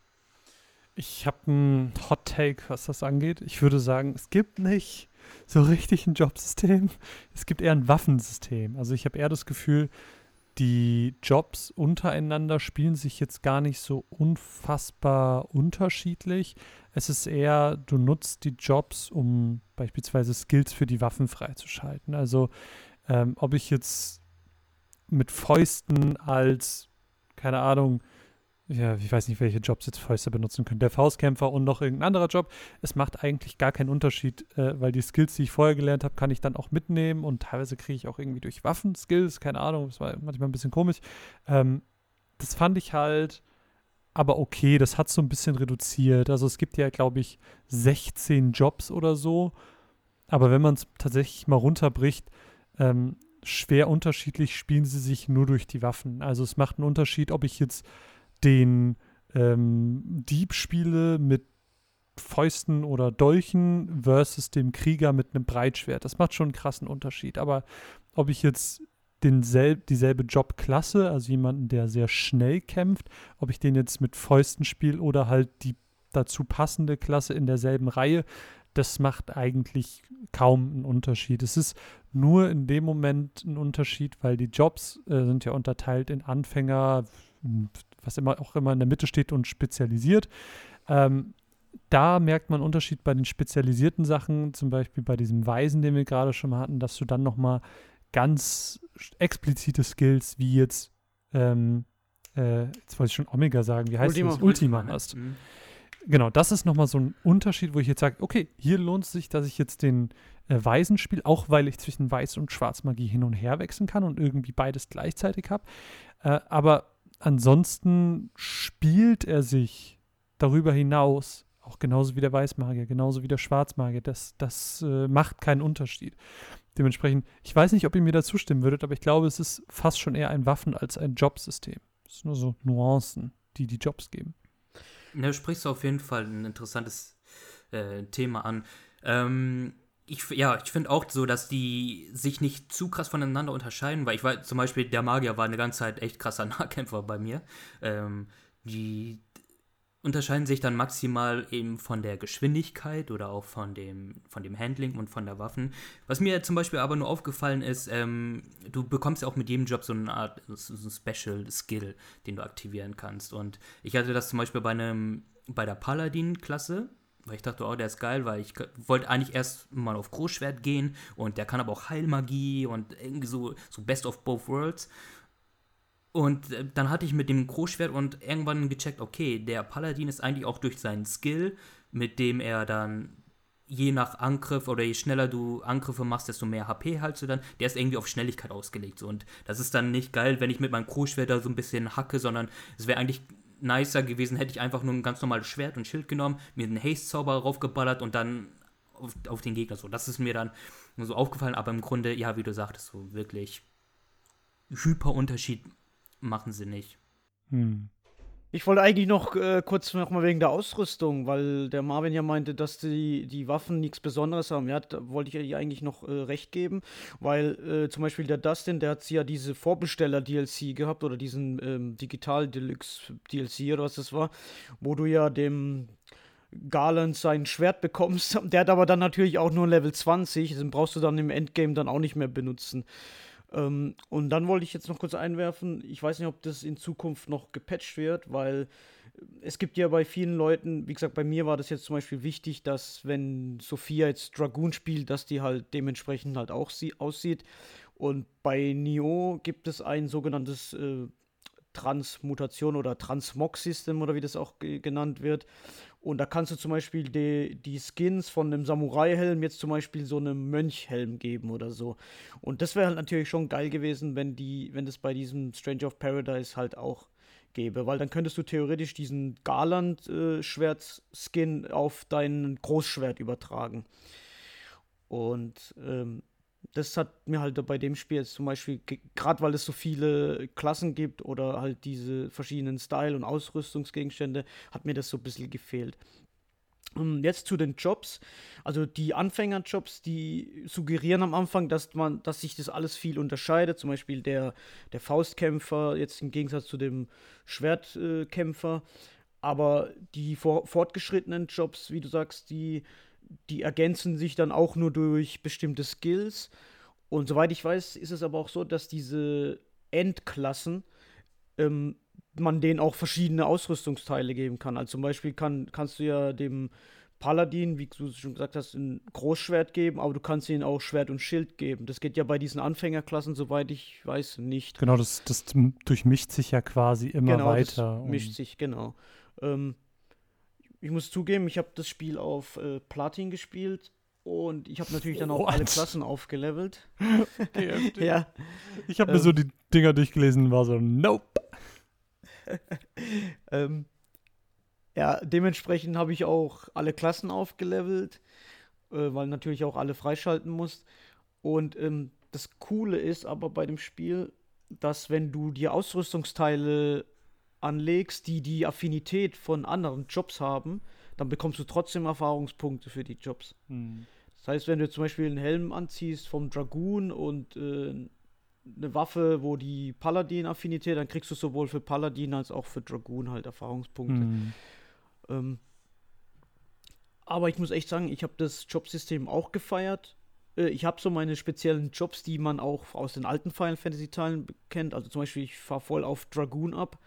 Ich habe einen Hot Take, was das angeht. Ich würde sagen, es gibt nicht so richtig ein Jobsystem. Es gibt eher ein Waffensystem. Also ich habe eher das Gefühl, die Jobs untereinander spielen sich jetzt gar nicht so unfassbar unterschiedlich. Es ist eher, du nutzt die Jobs, um beispielsweise Skills für die Waffen freizuschalten. Also ob ich jetzt mit Fäusten als, keine Ahnung, ja, ich weiß nicht, welche Jobs jetzt Fäuste benutzen können. Der Faustkämpfer und noch irgendein anderer Job. Es macht eigentlich gar keinen Unterschied, weil die Skills, die ich vorher gelernt habe, kann ich dann auch mitnehmen und teilweise kriege ich auch irgendwie durch Waffen Skills, keine Ahnung, das war manchmal ein bisschen komisch. Das fand ich halt aber okay, das hat so ein bisschen reduziert. Also es gibt ja, glaube ich, 16 Jobs oder so, aber wenn man es tatsächlich mal runterbricht, schwer unterschiedlich spielen sie sich nur durch die Waffen. Also es macht einen Unterschied, ob ich jetzt den Dieb spiele mit Fäusten oder Dolchen versus dem Krieger mit einem Breitschwert. Das macht schon einen krassen Unterschied. Aber ob ich jetzt dieselbe Jobklasse, also jemanden, der sehr schnell kämpft, ob ich den jetzt mit Fäusten spiele oder halt die dazu passende Klasse in derselben Reihe, das macht eigentlich kaum einen Unterschied. Es ist nur in dem Moment ein Unterschied, weil die Jobs sind ja unterteilt in Anfänger, was auch immer in der Mitte steht und spezialisiert. Da merkt man einen Unterschied bei den spezialisierten Sachen, zum Beispiel bei diesem Weisen, den wir gerade schon mal hatten, dass du dann nochmal ganz explizite Skills wie jetzt wollte ich schon Omega sagen, wie heißt das? Ultima hast. Mhm. Genau, das ist nochmal so ein Unterschied, wo ich jetzt sage, okay, hier lohnt es sich, dass ich jetzt den Weisen spiele, auch weil ich zwischen Weiß- und Schwarzmagie hin und her wechseln kann und irgendwie beides gleichzeitig habe. Aber ansonsten spielt er sich darüber hinaus, auch genauso wie der Weißmagier, genauso wie der Schwarzmagier. Das macht keinen Unterschied. Dementsprechend, ich weiß nicht, ob ihr mir da zustimmen würdet, aber ich glaube, es ist fast schon eher ein Waffen- als ein Jobsystem. Es sind nur so Nuancen, die Jobs geben. Ja, du sprichst auf jeden Fall ein interessantes Thema an. Ich finde auch so, dass die sich nicht zu krass voneinander unterscheiden, weil ich war zum Beispiel, der Magier war eine ganze Zeit echt krasser Nahkämpfer bei mir. Die unterscheiden sich dann maximal eben von der Geschwindigkeit oder auch von dem Handling und von der Waffen. Was mir zum Beispiel aber nur aufgefallen ist, du bekommst ja auch mit jedem Job so eine Art so ein Special Skill, den du aktivieren kannst. Und ich hatte das zum Beispiel bei der Paladin-Klasse, Weil ich dachte, oh, der ist geil, weil ich wollte eigentlich erst mal auf Großschwert gehen und der kann aber auch Heilmagie und irgendwie so Best of both worlds. Und dann hatte ich mit dem Großschwert und irgendwann gecheckt, okay, der Paladin ist eigentlich auch durch seinen Skill, mit dem er dann je nach Angriff oder je schneller du Angriffe machst, desto mehr HP halt du dann, der ist irgendwie auf Schnelligkeit ausgelegt. So. Und das ist dann nicht geil, wenn ich mit meinem Großschwert da so ein bisschen hacke, sondern es wäre eigentlich nicer gewesen, hätte ich einfach nur ein ganz normales Schwert und Schild genommen, mir einen Haste-Zauber raufgeballert und dann auf den Gegner so. Das ist mir dann so aufgefallen, aber im Grunde, ja, wie du sagtest, so wirklich Hyperunterschied machen sie nicht. Ich wollte eigentlich noch kurz nochmal wegen der Ausrüstung, weil der Marvin ja meinte, dass die Waffen nichts Besonderes haben. Ja, da wollte ich ihr eigentlich noch recht geben, weil zum Beispiel der Dustin, der hat ja diese Vorbesteller-DLC gehabt oder diesen Digital-Deluxe-DLC oder was das war, wo du ja dem Garland sein Schwert bekommst. Der hat aber dann natürlich auch nur Level 20, den brauchst du dann im Endgame dann auch nicht mehr benutzen. Und dann wollte ich jetzt noch kurz einwerfen, ich weiß nicht, ob das in Zukunft noch gepatcht wird, weil es gibt ja bei vielen Leuten, wie gesagt, bei mir war das jetzt zum Beispiel wichtig, dass wenn Sophia jetzt Dragoon spielt, dass die halt dementsprechend halt auch aussieht. Und bei Nioh gibt es ein sogenanntes Transmutation oder Transmog-System oder wie das auch genannt wird. Und da kannst du zum Beispiel die Skins von einem Samurai-Helm jetzt zum Beispiel so einem Mönch-Helm geben oder so. Und das wäre halt natürlich schon geil gewesen, wenn das bei diesem Stranger of Paradise halt auch gäbe. Weil dann könntest du theoretisch diesen Garland-Schwert-Skin auf dein Großschwert übertragen. Und das hat mir halt bei dem Spiel jetzt zum Beispiel, gerade weil es so viele Klassen gibt oder halt diese verschiedenen Style- und Ausrüstungsgegenstände, hat mir das so ein bisschen gefehlt. Jetzt zu den Jobs. Also die Anfängerjobs, die suggerieren am Anfang, dass sich das alles viel unterscheidet. Zum Beispiel der Faustkämpfer, jetzt im Gegensatz zu dem Schwertkämpfer. Aber die fortgeschrittenen Jobs, wie du sagst, die ergänzen sich dann auch nur durch bestimmte Skills. Und soweit ich weiß, ist es aber auch so, dass diese Endklassen man denen auch verschiedene Ausrüstungsteile geben kann. Also zum Beispiel kannst du ja dem Paladin, wie du schon gesagt hast, ein Großschwert geben, aber du kannst ihnen auch Schwert und Schild geben. Das geht ja bei diesen Anfängerklassen, soweit ich weiß, nicht. Genau, das durchmischt sich ja quasi immer weiter. Das mischt sich, genau. Ich muss zugeben, ich habe das Spiel auf Platin gespielt und ich habe natürlich dann auch alle Klassen aufgelevelt. Okay, ja. Ich habe mir so die Dinger durchgelesen und war so, nope. Ja, dementsprechend habe ich auch alle Klassen aufgelevelt, weil natürlich auch alle freischalten musst. Und das Coole ist aber bei dem Spiel, dass wenn du die Ausrüstungsteile anlegst, die Affinität von anderen Jobs haben, dann bekommst du trotzdem Erfahrungspunkte für die Jobs. Das heißt, wenn du zum Beispiel einen Helm anziehst vom Dragoon und eine Waffe, wo die Paladin-Affinität, dann kriegst du sowohl für Paladin als auch für Dragoon halt Erfahrungspunkte. Aber ich muss echt sagen, ich habe das Jobsystem auch gefeiert. Ich habe so meine speziellen Jobs, die man auch aus den alten Final Fantasy-Teilen kennt. Also zum Beispiel, ich fahre voll auf Dragoon ab.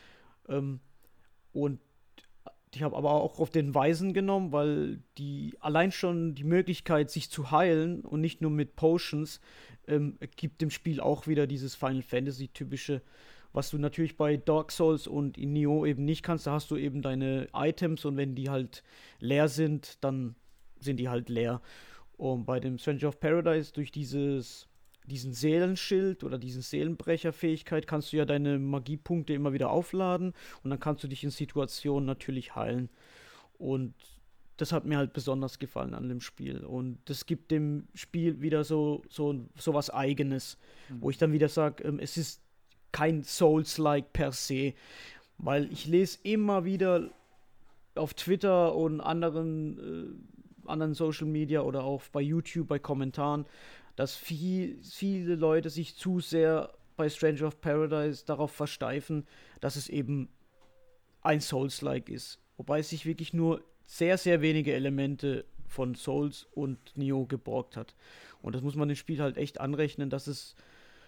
Und ich habe aber auch auf den Weisen genommen, weil allein schon die Möglichkeit, sich zu heilen und nicht nur mit Potions, gibt dem Spiel auch wieder dieses Final Fantasy-typische, was du natürlich bei Dark Souls und in Nioh eben nicht kannst. Da hast du eben deine Items und wenn die halt leer sind, dann sind die halt leer. Und bei dem Stranger of Paradise, durch diesen Seelenschild oder diesen Seelenbrecher-Fähigkeit kannst du ja deine Magiepunkte immer wieder aufladen und dann kannst du dich in Situationen natürlich heilen. Und das hat mir halt besonders gefallen an dem Spiel. Und das gibt dem Spiel wieder so was Eigenes, wo ich dann wieder sage, es ist kein Souls-like per se. Weil ich lese immer wieder auf Twitter und anderen Social Media oder auch bei YouTube, bei Kommentaren, dass viele Leute sich zu sehr bei Stranger of Paradise darauf versteifen, dass es eben ein Souls-like ist. Wobei es sich wirklich nur sehr, sehr wenige Elemente von Souls und Nioh geborgt hat. Und das muss man dem Spiel halt echt anrechnen, dass es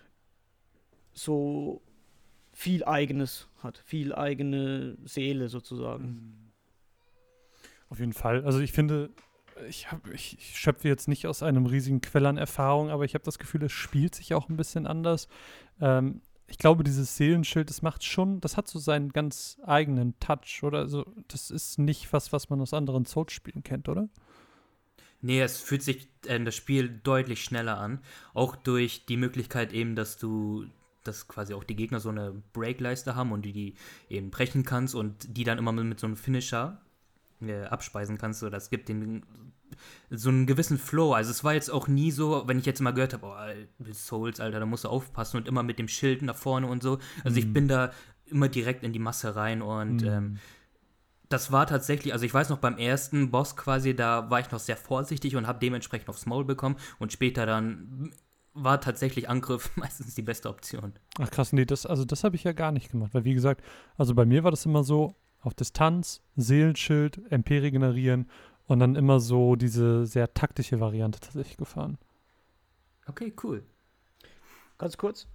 so viel Eigenes hat, viel eigene Seele sozusagen. Auf jeden Fall. Also ich finde, ich schöpfe jetzt nicht aus einem riesigen Quell an Erfahrung, aber ich habe das Gefühl, es spielt sich auch ein bisschen anders. Ich glaube, dieses Seelenschild, das hat so seinen ganz eigenen Touch, oder? Also, das ist nicht was man aus anderen Souls-Spielen kennt, oder? Nee, es fühlt sich das Spiel deutlich schneller an. Auch durch die Möglichkeit eben, dass quasi auch die Gegner so eine Breakleiste haben und die eben brechen kannst und die dann immer mit so einem Finisher abspeisen kannst. So, das gibt den so einen gewissen Flow. Also es war jetzt auch nie so, wenn ich jetzt mal gehört habe, oh, Souls, Alter, da musst du aufpassen und immer mit dem Schild nach vorne und so. Also ich bin da immer direkt in die Masse rein und das war tatsächlich, also ich weiß noch, beim ersten Boss quasi, da war ich noch sehr vorsichtig und habe dementsprechend aufs Maul bekommen und später dann war tatsächlich Angriff meistens die beste Option. Ach krass, nee, das habe ich ja gar nicht gemacht, weil wie gesagt, also bei mir war das immer so, auf Distanz, Seelenschild, MP regenerieren und dann immer so diese sehr taktische Variante tatsächlich gefahren. Okay, cool. Ganz kurz.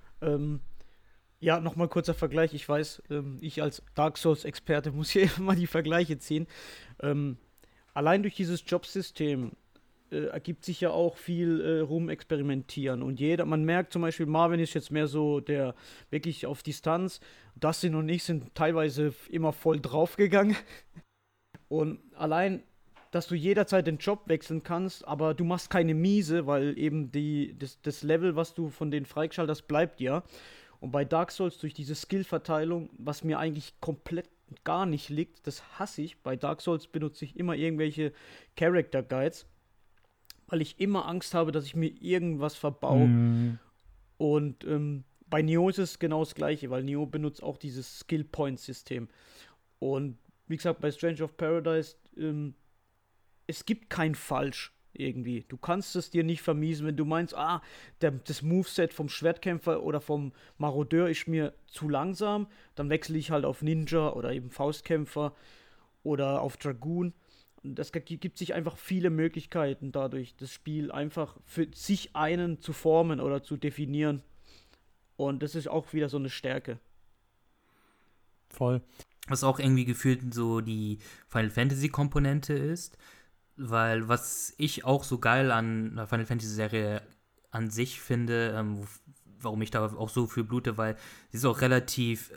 Ja, nochmal kurzer Vergleich. Ich weiß, ich als Dark Souls-Experte muss hier immer die Vergleiche ziehen. Allein durch dieses Jobsystem ergibt sich ja auch viel rumexperimentieren. Und man merkt zum Beispiel, Marvin ist jetzt mehr so der wirklich auf Distanz. Dustin und ich sind teilweise immer voll draufgegangen. Und allein, dass du jederzeit den Job wechseln kannst, aber du machst keine Miese, weil eben das Level, was du von denen freigeschaltet hast, bleibt ja. Und bei Dark Souls durch diese Skillverteilung, was mir eigentlich komplett gar nicht liegt, das hasse ich. Bei Dark Souls benutze ich immer irgendwelche Character Guides, weil ich immer Angst habe, dass ich mir irgendwas verbaue. Und bei Nioh ist es genau das Gleiche, weil Nioh benutzt auch dieses Skill-Point-System. Und wie gesagt, bei Stranger of Paradise, es gibt kein Falsch irgendwie. Du kannst es dir nicht vermiesen, wenn du meinst, das Moveset vom Schwertkämpfer oder vom Marodeur ist mir zu langsam, dann wechsle ich halt auf Ninja oder eben Faustkämpfer oder auf Dragoon. Das gibt sich einfach viele Möglichkeiten dadurch, das Spiel einfach für sich einen zu formen oder zu definieren. Und das ist auch wieder so eine Stärke. Voll. Was auch irgendwie gefühlt so die Final Fantasy Komponente ist, weil was ich auch so geil an der Final Fantasy Serie an sich finde, warum ich da auch so viel blute, weil sie ist auch relativ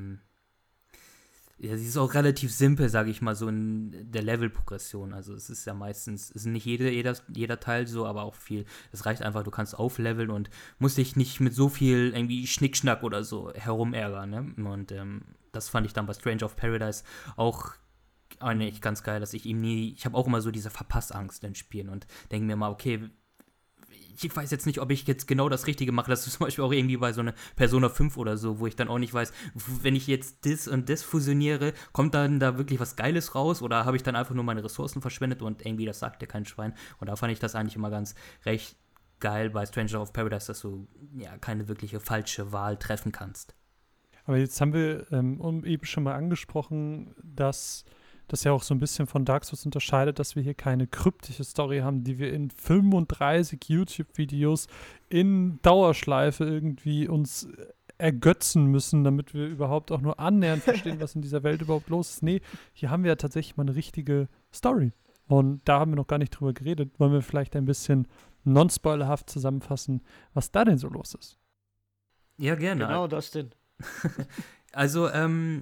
sie ist auch relativ simpel, sage ich mal, so in der Level-Progression. Also es ist ja meistens, es ist nicht jeder Teil so, aber auch viel. Es reicht einfach, du kannst aufleveln und musst dich nicht mit so viel irgendwie Schnickschnack oder so herumärgern. Ne? Und das fand ich dann bei Stranger of Paradise auch eigentlich ganz geil, dass ich habe auch immer so diese Verpassangst in Spielen und denke mir mal, okay, ich weiß jetzt nicht, ob ich jetzt genau das Richtige mache. Das ist zum Beispiel auch irgendwie bei so einer Persona 5 oder so, wo ich dann auch nicht weiß, wenn ich jetzt das und das fusioniere, kommt dann da wirklich was Geiles raus oder habe ich dann einfach nur meine Ressourcen verschwendet und irgendwie, das sagt ja kein Schwein. Und da fand ich das eigentlich immer ganz recht geil bei Stranger of Paradise, dass du ja keine wirkliche falsche Wahl treffen kannst. Aber jetzt haben wir eben schon mal angesprochen, dass das ja auch so ein bisschen von Dark Souls unterscheidet, dass wir hier keine kryptische Story haben, die wir in 35 YouTube-Videos in Dauerschleife irgendwie uns ergötzen müssen, damit wir überhaupt auch nur annähernd verstehen, was in dieser Welt überhaupt los ist. Nee, hier haben wir ja tatsächlich mal eine richtige Story. Und da haben wir noch gar nicht drüber geredet. Wollen wir vielleicht ein bisschen non-spoilerhaft zusammenfassen, was da denn so los ist? Ja, gerne. Genau das denn. Also,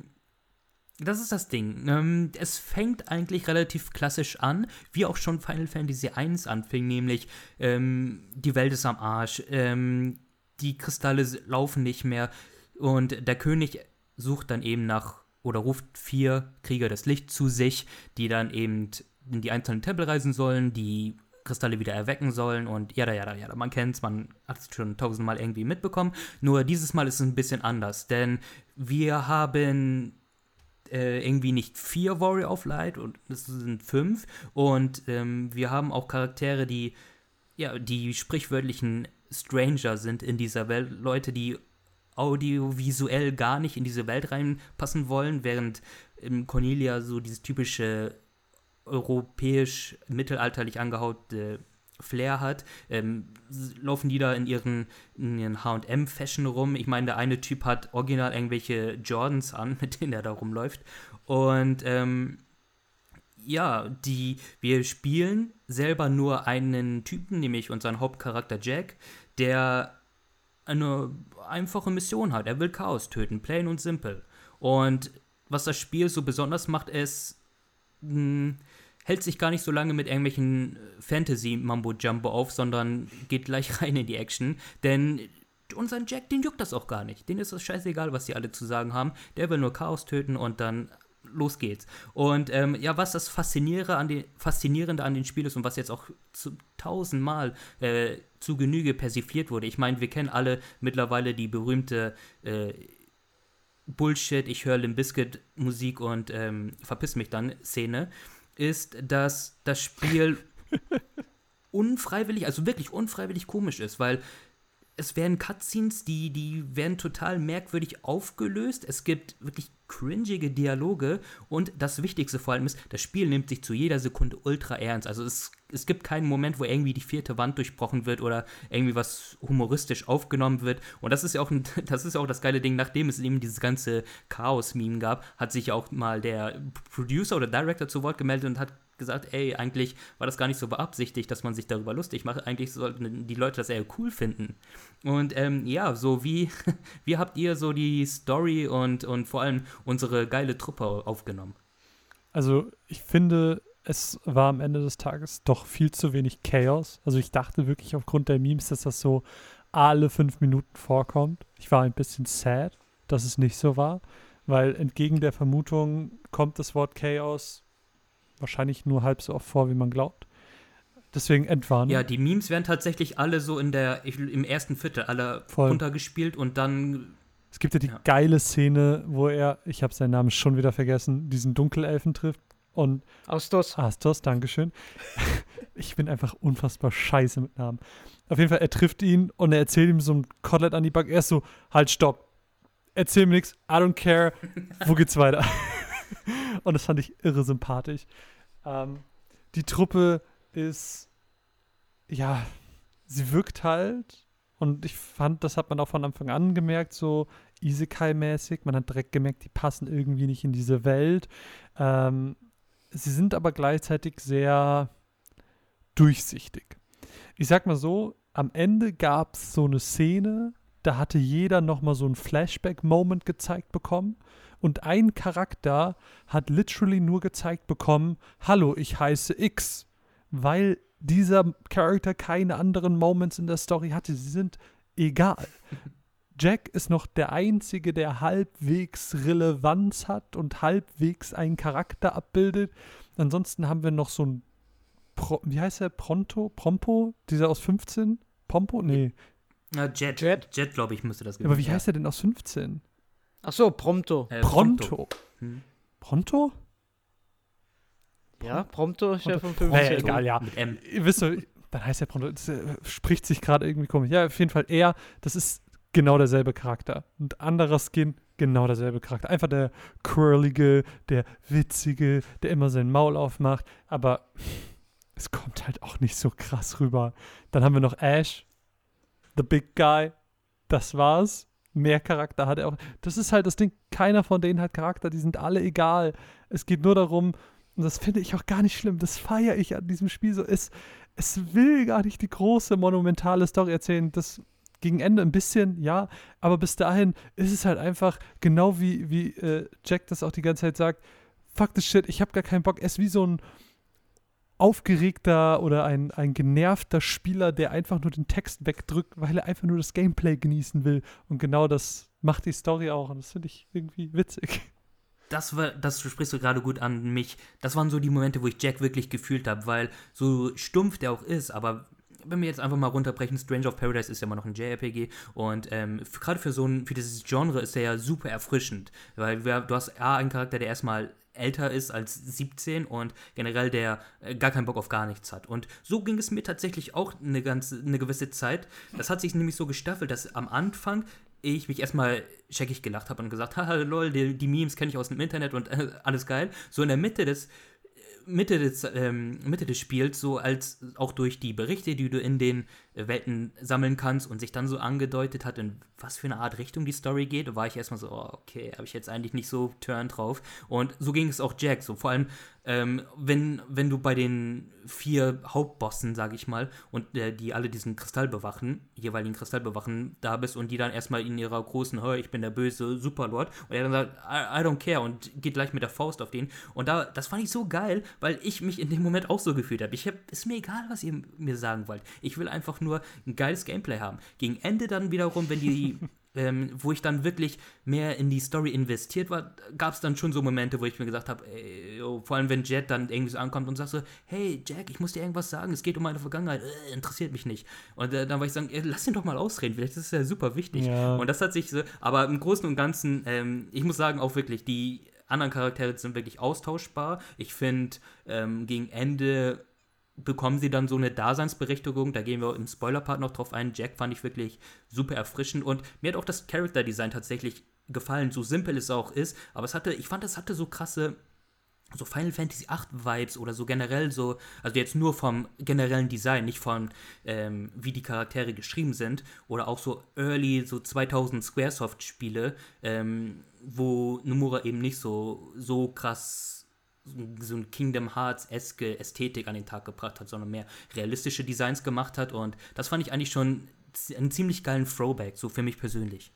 das ist das Ding. Es fängt eigentlich relativ klassisch an, wie auch schon Final Fantasy I anfing, nämlich die Welt ist am Arsch, die Kristalle laufen nicht mehr und der König sucht dann eben ruft 4 Krieger des Lichts zu sich, die dann eben in die einzelnen Tempel reisen sollen, die Kristalle wieder erwecken sollen und jada. Man kennt's, man hat es schon 1000-mal irgendwie mitbekommen, nur dieses Mal ist es ein bisschen anders, denn wir haben irgendwie nicht 4 Warrior of Light und es sind 5 und wir haben auch Charaktere, die sprichwörtlichen Stranger sind in dieser Welt, Leute, die audiovisuell gar nicht in diese Welt reinpassen wollen, während Cornelia so dieses typische europäisch-mittelalterlich angehaute Flair hat, laufen die da in ihren H&M-Fashion rum. Ich meine, der eine Typ hat original irgendwelche Jordans an, mit denen er da rumläuft. Und wir spielen selber nur einen Typen, nämlich unseren Hauptcharakter Jack, der eine einfache Mission hat. Er will Chaos töten, plain und simpel. Und was das Spiel so besonders macht, es hält sich gar nicht so lange mit irgendwelchen Fantasy-Mambo-Jumbo auf, sondern geht gleich rein in die Action, denn unseren Jack, den juckt das auch gar nicht. Denen ist es scheißegal, was die alle zu sagen haben. Der will nur Chaos töten und dann los geht's. Und was das Faszinierende an dem Spiel ist und was jetzt auch zu 1000-mal zu Genüge persifliert wurde. Ich meine, wir kennen alle mittlerweile die berühmte Bullshit, ich höre Limp Bizkit Musik und verpiss mich dann Szene, ist, dass das Spiel unfreiwillig, also wirklich unfreiwillig komisch ist, weil es werden Cutscenes, die werden total merkwürdig aufgelöst. Es gibt wirklich cringige Dialoge und das Wichtigste vor allem ist, das Spiel nimmt sich zu jeder Sekunde ultra ernst. Also es gibt keinen Moment, wo irgendwie die vierte Wand durchbrochen wird oder irgendwie was humoristisch aufgenommen wird. Und das ist ja auch das geile Ding, nachdem es eben dieses ganze Chaos-Meme gab, hat sich auch mal der Producer oder Director zu Wort gemeldet und hat gesagt, ey, eigentlich war das gar nicht so beabsichtigt, dass man sich darüber lustig macht. Eigentlich sollten die Leute das eher cool finden. Und so wie habt ihr so die Story und vor allem unsere geile Truppe aufgenommen? Also ich finde, es war am Ende des Tages doch viel zu wenig Chaos. Also ich dachte wirklich aufgrund der Memes, dass das so alle 5 Minuten vorkommt. Ich war ein bisschen sad, dass es nicht so war, weil entgegen der Vermutung kommt das Wort Chaos wahrscheinlich nur halb so oft vor, wie man glaubt. Deswegen Entwarnung. Ja, die Memes werden tatsächlich alle so im ersten Viertel alle runtergespielt und dann. Es gibt ja die geile Szene, wo ich habe seinen Namen schon wieder vergessen, diesen Dunkelelfen trifft und Astos, Dankeschön. Ich bin einfach unfassbar scheiße mit Namen. Auf jeden Fall, er trifft ihn und er erzählt ihm so ein Kotelett an die Backe. Er ist so, halt, stopp. Erzähl mir nichts, I don't care. Wo geht's weiter? Und das fand ich irre sympathisch. Die Truppe ist, sie wirkt halt, und ich fand, das hat man auch von Anfang an gemerkt, so Isekai-mäßig. Man hat direkt gemerkt, die passen irgendwie nicht in diese Welt. Sie sind aber gleichzeitig sehr durchsichtig. Ich sag mal so, am Ende gab es so eine Szene, da hatte jeder nochmal so einen Flashback-Moment gezeigt bekommen. Und ein Charakter hat literally nur gezeigt bekommen, hallo, ich heiße X, weil dieser Charakter keine anderen Moments in der Story hatte. Sie sind egal. Jack ist noch der Einzige, der halbwegs Relevanz hat und halbwegs einen Charakter abbildet. Ansonsten haben wir noch so ein, wie heißt der? Pompo? Dieser aus 15? Pompo? Nee. Jet, glaube ich, müsste das gewesen sein. Aber wie heißt der denn aus 15? Ach so, Prompto. Pronto. Pronto? Ja, Prompto ist ja von 15. Egal, ja. Mit M. Ihr wisst doch, dann heißt der Pronto. Das spricht sich gerade irgendwie komisch. Ja, auf jeden Fall das ist genau derselbe Charakter. Und anderer Skin, genau derselbe Charakter. Einfach der Quirlige, der Witzige, der immer sein Maul aufmacht. Aber es kommt halt auch nicht so krass rüber. Dann haben wir noch Ash, the big guy. Das war's. Mehr Charakter hat er auch. Das ist halt das Ding. Keiner von denen hat Charakter. Die sind alle egal. Es geht nur darum, und das finde ich auch gar nicht schlimm. Das feiere ich an diesem Spiel so. Es will gar nicht die große, monumentale Story erzählen. Das gegen Ende ein bisschen, ja. Aber bis dahin ist es halt einfach, genau wie Jack das auch die ganze Zeit sagt, fuck this shit, ich habe gar keinen Bock. Er ist wie so ein aufgeregter oder ein genervter Spieler, der einfach nur den Text wegdrückt, weil er einfach nur das Gameplay genießen will. Und genau das macht die Story auch. Und das finde ich irgendwie witzig. Das sprichst du gerade gut an mich. Das waren so die Momente, wo ich Jack wirklich gefühlt habe, weil so stumpf der auch ist, aber wenn wir jetzt einfach mal runterbrechen, Stranger of Paradise ist ja immer noch ein JRPG und gerade für dieses Genre ist der ja super erfrischend, weil du hast einen Charakter, der erstmal älter ist als 17 und generell der gar keinen Bock auf gar nichts hat. Und so ging es mir tatsächlich auch eine gewisse Zeit. Das hat sich nämlich so gestaffelt, dass am Anfang ich mich erstmal scheckig gelacht habe und gesagt, haha, lol, die Memes kenne ich aus dem Internet und alles geil. So in der Mitte des Spiels, so als auch durch die Berichte, die du in den Welten sammeln kannst und sich dann so angedeutet hat, in was für eine Art Richtung die Story geht, war ich erstmal so, oh, okay, habe ich jetzt eigentlich nicht so Turn drauf. Und so ging es auch Jack, so vor allem, wenn du bei den 4 Hauptbossen, sage ich mal, und die alle diesen jeweiligen Kristall bewachen, da bist und die dann erstmal in ihrer großen, ich bin der böse Superlord, und er dann sagt, I don't care, und geht gleich mit der Faust auf den. Und das fand ich so geil, weil ich mich in dem Moment auch so gefühlt habe. Ist mir egal, was ihr mir sagen wollt. Ich will einfach nur ein geiles Gameplay haben. Gegen Ende dann wiederum, wenn die wo ich dann wirklich mehr in die Story investiert war, gab es dann schon so Momente, wo ich mir gesagt habe, vor allem wenn Jet dann irgendwie so ankommt und sagt so, hey Jack, ich muss dir irgendwas sagen, es geht um meine Vergangenheit, interessiert mich nicht. Und dann war ich sagen, lass ihn doch mal ausreden, vielleicht ist es ja super wichtig. Ja. Und das hat sich so, aber im Großen und Ganzen, ich muss sagen, auch wirklich, die anderen Charaktere sind wirklich austauschbar. Ich finde, gegen Ende bekommen sie dann so eine Daseinsberechtigung, da gehen wir im Spoiler-Part noch drauf ein. Jack fand ich wirklich super erfrischend und mir hat auch das Character-Design tatsächlich gefallen, so simpel es auch ist, aber ich fand, es hatte so krasse, so Final Fantasy VIII Vibes oder so generell so, also jetzt nur vom generellen Design, nicht von wie die Charaktere geschrieben sind oder auch so early, so 2000 Squaresoft-Spiele, wo Nomura eben nicht so krass so ein Kingdom Hearts-eske Ästhetik an den Tag gebracht hat, sondern mehr realistische Designs gemacht hat und das fand ich eigentlich schon einen ziemlich geilen Throwback, so für mich persönlich.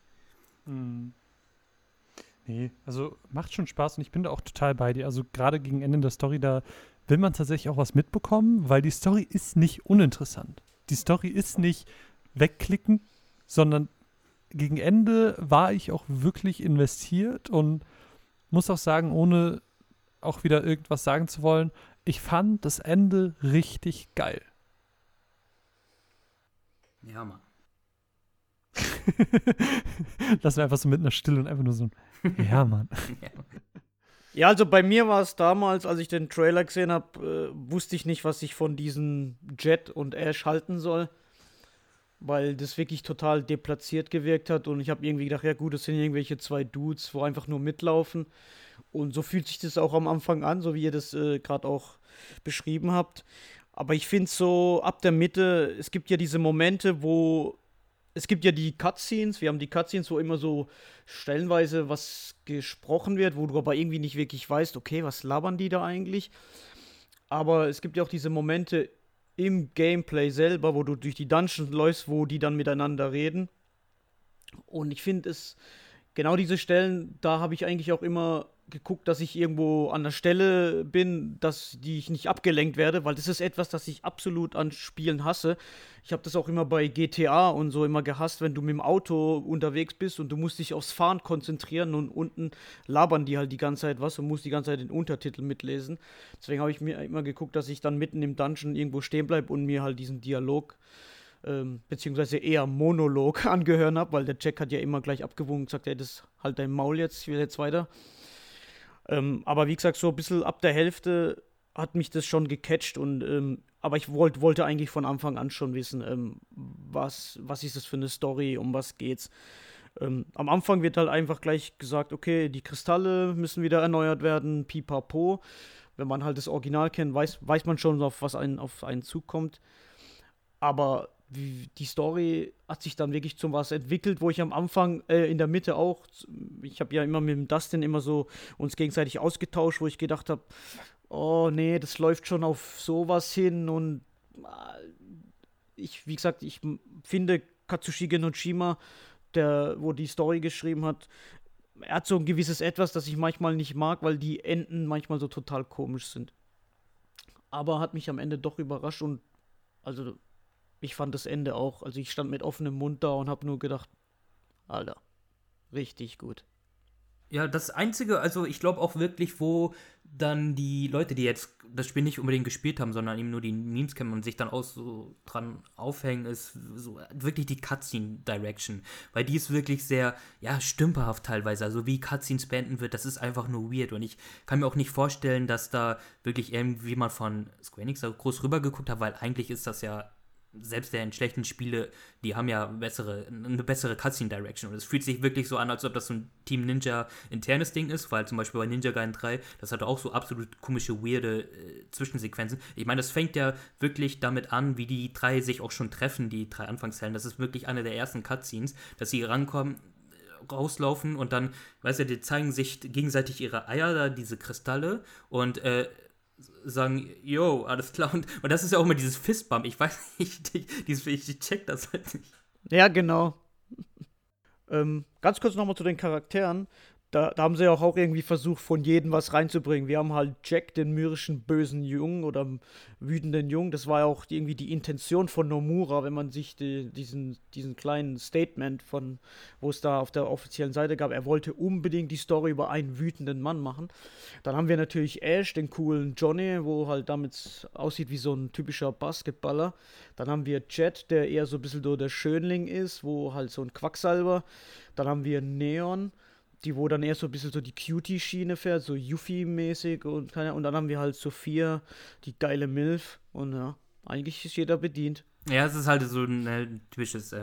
Nee, also macht schon Spaß und ich bin da auch total bei dir. Also gerade gegen Ende der Story, da will man tatsächlich auch was mitbekommen, weil die Story ist nicht uninteressant. Die Story ist nicht wegklicken, sondern gegen Ende war ich auch wirklich investiert und muss auch sagen, ohne auch wieder irgendwas sagen zu wollen, ich fand das Ende richtig geil. Ja, Mann. Lass mir einfach so mit einer Stille und einfach nur so ein ja, Mann. Ja, also bei mir war es damals, als ich den Trailer gesehen habe, wusste ich nicht, was ich von diesen Jet und Ash halten soll, weil das wirklich total deplatziert gewirkt hat und ich habe irgendwie gedacht, ja gut, das sind irgendwelche 2 Dudes, wo einfach nur mitlaufen. Und so fühlt sich das auch am Anfang an, so wie ihr das gerade auch beschrieben habt. Aber ich finde so ab der Mitte, es gibt ja diese Momente, es gibt ja die Cutscenes, wir haben die Cutscenes, wo immer so stellenweise was gesprochen wird, wo du aber irgendwie nicht wirklich weißt, okay, was labern die da eigentlich? Aber es gibt ja auch diese Momente im Gameplay selber, wo du durch die Dungeons läufst, wo die dann miteinander reden. Und ich finde genau diese Stellen, da habe ich eigentlich auch immer geguckt, dass ich irgendwo an der Stelle bin, die ich nicht abgelenkt werde, weil das ist etwas, das ich absolut an Spielen hasse. Ich habe das auch immer bei GTA und so immer gehasst, wenn du mit dem Auto unterwegs bist und du musst dich aufs Fahren konzentrieren und unten labern die halt die ganze Zeit was und musst die ganze Zeit den Untertitel mitlesen. Deswegen habe ich mir immer geguckt, dass ich dann mitten im Dungeon irgendwo stehen bleibe und mir halt diesen Dialog beziehungsweise eher Monolog angehören habe, weil der Jack hat ja immer gleich abgewogen und gesagt, ey, das halt dein Maul jetzt, ich will jetzt weiter. Aber wie gesagt, so ein bisschen ab der Hälfte hat mich das schon gecatcht aber ich wollte eigentlich von Anfang an schon wissen, was ist das für eine Story, um was geht's. Am Anfang wird halt einfach gleich gesagt, okay, die Kristalle müssen wieder erneuert werden, pipapo. Wenn man halt das Original kennt, weiß man schon, auf was auf einen zukommt. Aber die Story hat sich dann wirklich zu was entwickelt, wo ich am Anfang in der Mitte auch, ich habe ja immer mit dem Dustin immer so uns gegenseitig ausgetauscht, wo ich gedacht habe, oh nee, das läuft schon auf sowas hin und wie gesagt, ich finde Katsushige Nojima, wo die Story geschrieben hat, er hat so ein gewisses Etwas, das ich manchmal nicht mag, weil die Enden manchmal so total komisch sind. Aber hat mich am Ende doch überrascht und also ich fand das Ende auch, also ich stand mit offenem Mund da und habe nur gedacht, Alter, richtig gut. Ja, das Einzige, also ich glaube auch wirklich, wo dann die Leute, die jetzt das Spiel nicht unbedingt gespielt haben, sondern eben nur die Memes kennen und sich dann auch so dran aufhängen, ist so wirklich die Cutscene-Direction. Weil die ist wirklich sehr, ja, stümperhaft teilweise. Also wie Cutscenes beenden wird, das ist einfach nur weird. Und ich kann mir auch nicht vorstellen, dass da wirklich irgendwie mal von Square Enix da groß rübergeguckt hat, weil eigentlich ist das ja selbst der in schlechten Spiele, die haben ja eine bessere Cutscene-Direction. Und es fühlt sich wirklich so an, als ob das so ein Team Ninja internes Ding ist, weil zum Beispiel bei Ninja Gaiden 3, das hatte auch so absolut komische, weirde Zwischensequenzen. Ich meine, das fängt ja wirklich damit an, wie die drei sich auch schon treffen, die drei Anfangshelden. Das ist wirklich eine der ersten Cutscenes, dass sie rankommen, rauslaufen und dann, weißt du, die zeigen sich gegenseitig ihre Eier, da diese Kristalle und sagen, yo, alles klar. Und das ist ja auch immer dieses Fistbump. Ich weiß nicht, ich check das halt nicht. Ja, genau. Ganz kurz nochmal zu den Charakteren. Da haben sie ja auch irgendwie versucht, von jedem was reinzubringen. Wir haben halt Jack, den mürrischen, bösen Jungen oder wütenden Jungen. Das war ja auch irgendwie die Intention von Nomura, wenn man sich diesen kleinen Statement von, wo es da auf der offiziellen Seite gab, er wollte unbedingt die Story über einen wütenden Mann machen. Dann haben wir natürlich Ash, den coolen Johnny, wo halt damit aussieht wie so ein typischer Basketballer. Dann haben wir Jet, der eher so ein bisschen so der Schönling ist, wo halt so ein Quacksalber. Dann haben wir Neon, wo dann eher so ein bisschen so die Cutie-Schiene fährt, so Yuffie-mäßig und dann haben wir halt Sophia, die geile Milf und ja, eigentlich ist jeder bedient. Ja, es ist halt so ein typisches,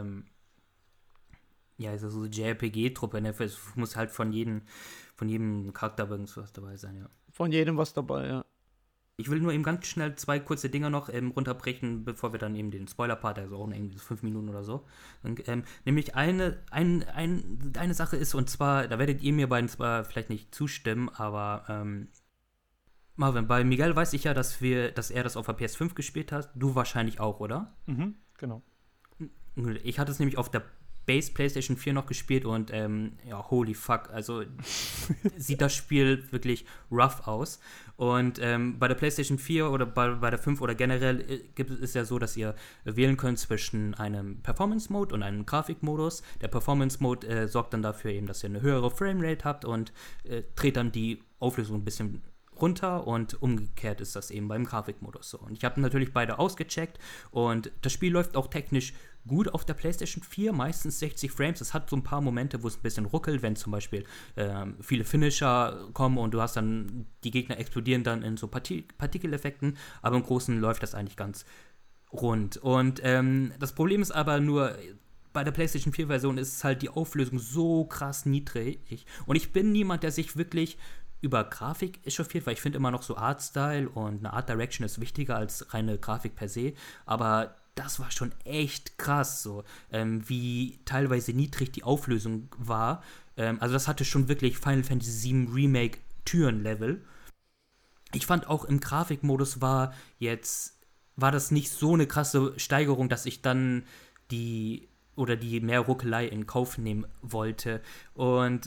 ist so eine JRPG-Truppe, ne? Es muss halt von jedem Charakter irgendwas dabei sein, ja. Von jedem was dabei, ja. Ich will nur eben ganz schnell 2 kurze Dinger noch runterbrechen, bevor wir dann eben den Spoiler-Part, also auch irgendwie 5 Minuten oder so. Und, nämlich eine Sache ist, und zwar, da werdet ihr mir beiden zwar vielleicht nicht zustimmen, aber Marvin, bei Miguel weiß ich ja, dass er das auf der PS5 gespielt hat. Du wahrscheinlich auch, oder? Mhm, genau. Ich hatte es nämlich auf der Base PlayStation 4 noch gespielt und holy fuck, also sieht das Spiel wirklich rough aus. Und bei der PlayStation 4 oder bei der 5 oder generell gibt es ja so, dass ihr wählen könnt zwischen einem Performance-Mode und einem Grafikmodus. Der Performance-Mode sorgt dann dafür eben, dass ihr eine höhere Framerate habt und dreht dann die Auflösung ein bisschen runter und umgekehrt ist das eben beim Grafikmodus so. Und ich habe natürlich beide ausgecheckt und das Spiel läuft auch technisch gut auf der PlayStation 4, meistens 60 Frames. Es hat so ein paar Momente, wo es ein bisschen ruckelt, wenn zum Beispiel viele Finisher kommen und du hast dann, die Gegner explodieren dann in so Partikeleffekten, aber im Großen läuft das eigentlich ganz rund. Und das Problem ist aber nur, bei der PlayStation 4-Version ist halt die Auflösung so krass niedrig und ich bin niemand, der sich wirklich über Grafik echauffiert, weil ich finde immer noch so Artstyle und eine Art Direction ist wichtiger als reine Grafik per se, aber das war schon echt krass, so wie teilweise niedrig die Auflösung war. Also das hatte schon wirklich Final Fantasy VII Remake Türen-Level. Ich fand auch im Grafikmodus war das nicht so eine krasse Steigerung, dass ich dann die mehr Ruckelei in Kauf nehmen wollte. Und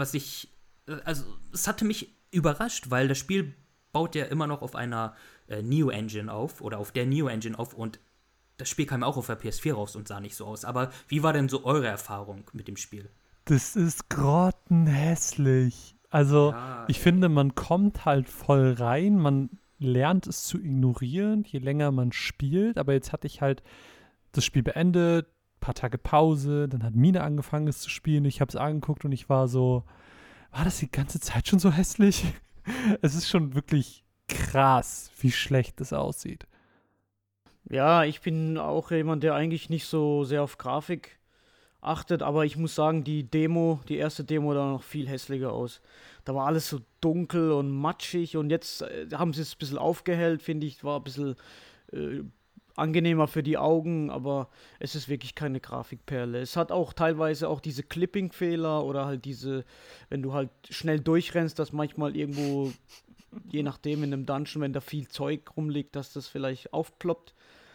es hatte mich überrascht, weil das Spiel baut ja immer noch auf einer Neo-Engine auf oder auf der Neo-Engine auf und das Spiel kam auch auf der PS4 raus und sah nicht so aus. Aber wie war denn so eure Erfahrung mit dem Spiel? Das ist grottenhässlich. Also, ja, ich finde, man kommt halt voll rein, man lernt es zu ignorieren, je länger man spielt. Aber jetzt hatte ich halt das Spiel beendet, ein paar Tage Pause, dann hat Mine angefangen, es zu spielen. Ich habe es angeguckt und ich war so, war das die ganze Zeit schon so hässlich? Es ist schon wirklich krass, wie schlecht es aussieht. Ja, ich bin auch jemand, der eigentlich nicht so sehr auf Grafik achtet, aber ich muss sagen, die erste Demo sah noch viel hässlicher aus. Da war alles so dunkel und matschig und jetzt haben sie es ein bisschen aufgehellt, finde ich, war ein bisschen angenehmer für die Augen, aber es ist wirklich keine Grafikperle. Es hat auch teilweise auch diese Clipping-Fehler oder halt wenn du halt schnell durchrennst, dass manchmal irgendwo, je nachdem in einem Dungeon, wenn da viel Zeug rumliegt, dass das vielleicht aufploppt.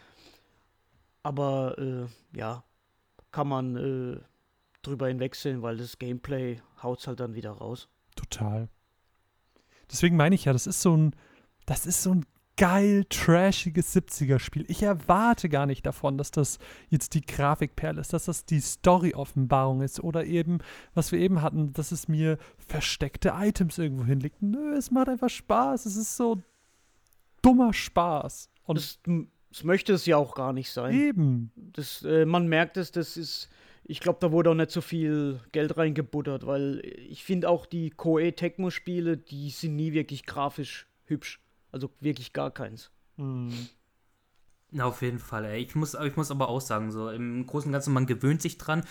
Aber kann man drüber hinwegsehen, weil das Gameplay haut's halt dann wieder raus. Total. Deswegen meine ich ja, das ist so ein geil trashiges 70er-Spiel. Ich erwarte gar nicht davon, dass das jetzt die Grafikperle ist, dass das die Story-Offenbarung ist oder eben, was wir eben hatten, dass es mir versteckte Items irgendwo hinlegt. Nö, es macht einfach Spaß. Es ist so dummer Spaß. Und das möchte es ja auch gar nicht sein. Eben. Man merkt es, ich glaube, da wurde auch nicht so viel Geld reingebuttert, weil ich finde auch die Koei Tecmo-Spiele, die sind nie wirklich grafisch hübsch. Also wirklich gar keins. Na, auf jeden Fall, ey. Ich muss aber auch sagen, so im Großen und Ganzen, man gewöhnt sich dran.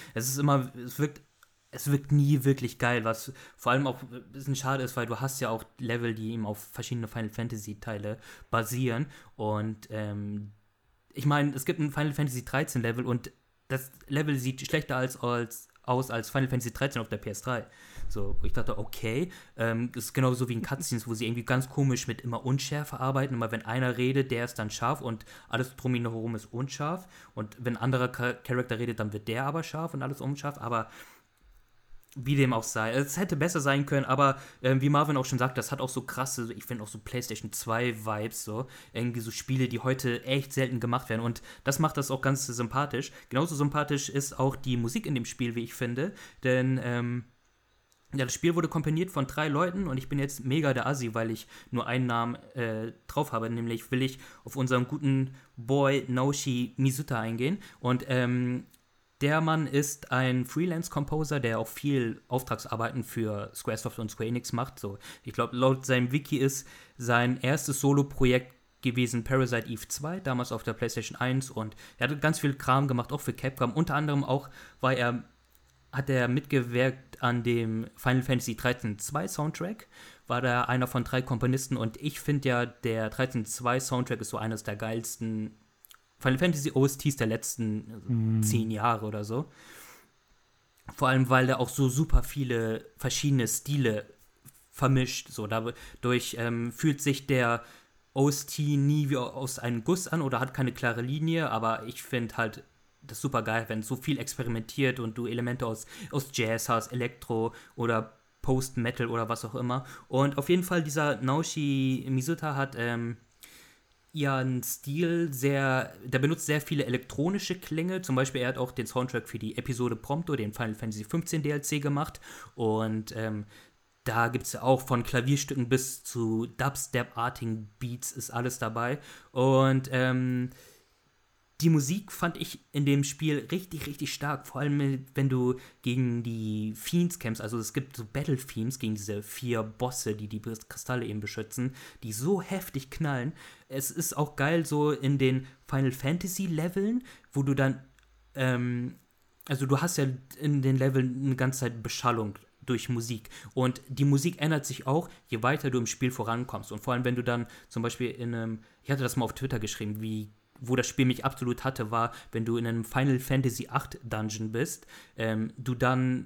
Es wirkt nie wirklich geil, was vor allem auch ein bisschen schade ist, weil du hast ja auch Level, die eben auf verschiedene Final Fantasy Teile basieren. Und ich meine, es gibt ein Final Fantasy 13 Level und das Level sieht schlechter aus als Final Fantasy 13 auf der PS3. So, wo ich dachte, okay, das ist genauso wie in Cutscenes, wo sie irgendwie ganz komisch mit immer Unschärfe arbeiten. Immer wenn einer redet, der ist dann scharf und alles drum ihn herum ist unscharf. Und wenn ein anderer Charakter redet, dann wird der aber scharf und alles unscharf. Aber wie dem auch sei. Es hätte besser sein können, aber wie Marvin auch schon sagt, das hat auch so krasse, ich finde auch so PlayStation 2 Vibes, so. Irgendwie so Spiele, die heute echt selten gemacht werden. Und das macht das auch ganz sympathisch. Genauso sympathisch ist auch die Musik in dem Spiel, wie ich finde. Denn, ja, das Spiel wurde komponiert von 3 Leuten und ich bin jetzt mega der Assi, weil ich nur einen Namen drauf habe. Nämlich will ich auf unseren guten Boy Naoshi Mizuta eingehen. Und, der Mann ist ein Freelance-Composer, der auch viel Auftragsarbeiten für Squaresoft und Square Enix macht. So, ich glaube, laut seinem Wiki ist sein erstes Solo-Projekt gewesen Parasite Eve 2, damals auf der PlayStation 1. Und er hat ganz viel Kram gemacht, auch für Capcom. Unter anderem auch hat er mitgewirkt an dem Final Fantasy 13 2 Soundtrack. War da einer von 3 Komponisten. Und ich finde ja, der 13 2 Soundtrack ist so eines der geilsten Final Fantasy OSTs der letzten 10 Jahre oder so. Vor allem, weil der auch so super viele verschiedene Stile vermischt. So, dadurch fühlt sich der OST nie wie aus einem Guss an oder hat keine klare Linie, aber ich finde halt das super geil, wenn so viel experimentiert und du Elemente aus Jazz hast, Elektro oder Post-Metal oder was auch immer. Und auf jeden Fall, dieser Naoshi Mizuta hat ihren Stil der benutzt sehr viele elektronische Klänge. Zum Beispiel, er hat auch den Soundtrack für die Episode Prompto, den Final Fantasy 15 DLC gemacht. Und da gibt es ja auch von Klavierstücken bis zu Dubstep-artigen Beats ist alles dabei. Und die Musik fand ich in dem Spiel richtig, richtig stark. Vor allem, wenn du gegen die Fiends kämpfst. Also es gibt so Battle-Themes gegen diese 4 Bosse, die Kristalle eben beschützen, die so heftig knallen. Es ist auch geil so in den Final Fantasy-Leveln, wo du dann, also du hast ja in den Leveln eine ganze Zeit Beschallung durch Musik. Und die Musik ändert sich auch, je weiter du im Spiel vorankommst. Und vor allem, wenn du dann zum Beispiel ich hatte das mal auf Twitter geschrieben, wo das Spiel mich absolut hatte, war, wenn du in einem Final Fantasy 8 Dungeon bist, du dann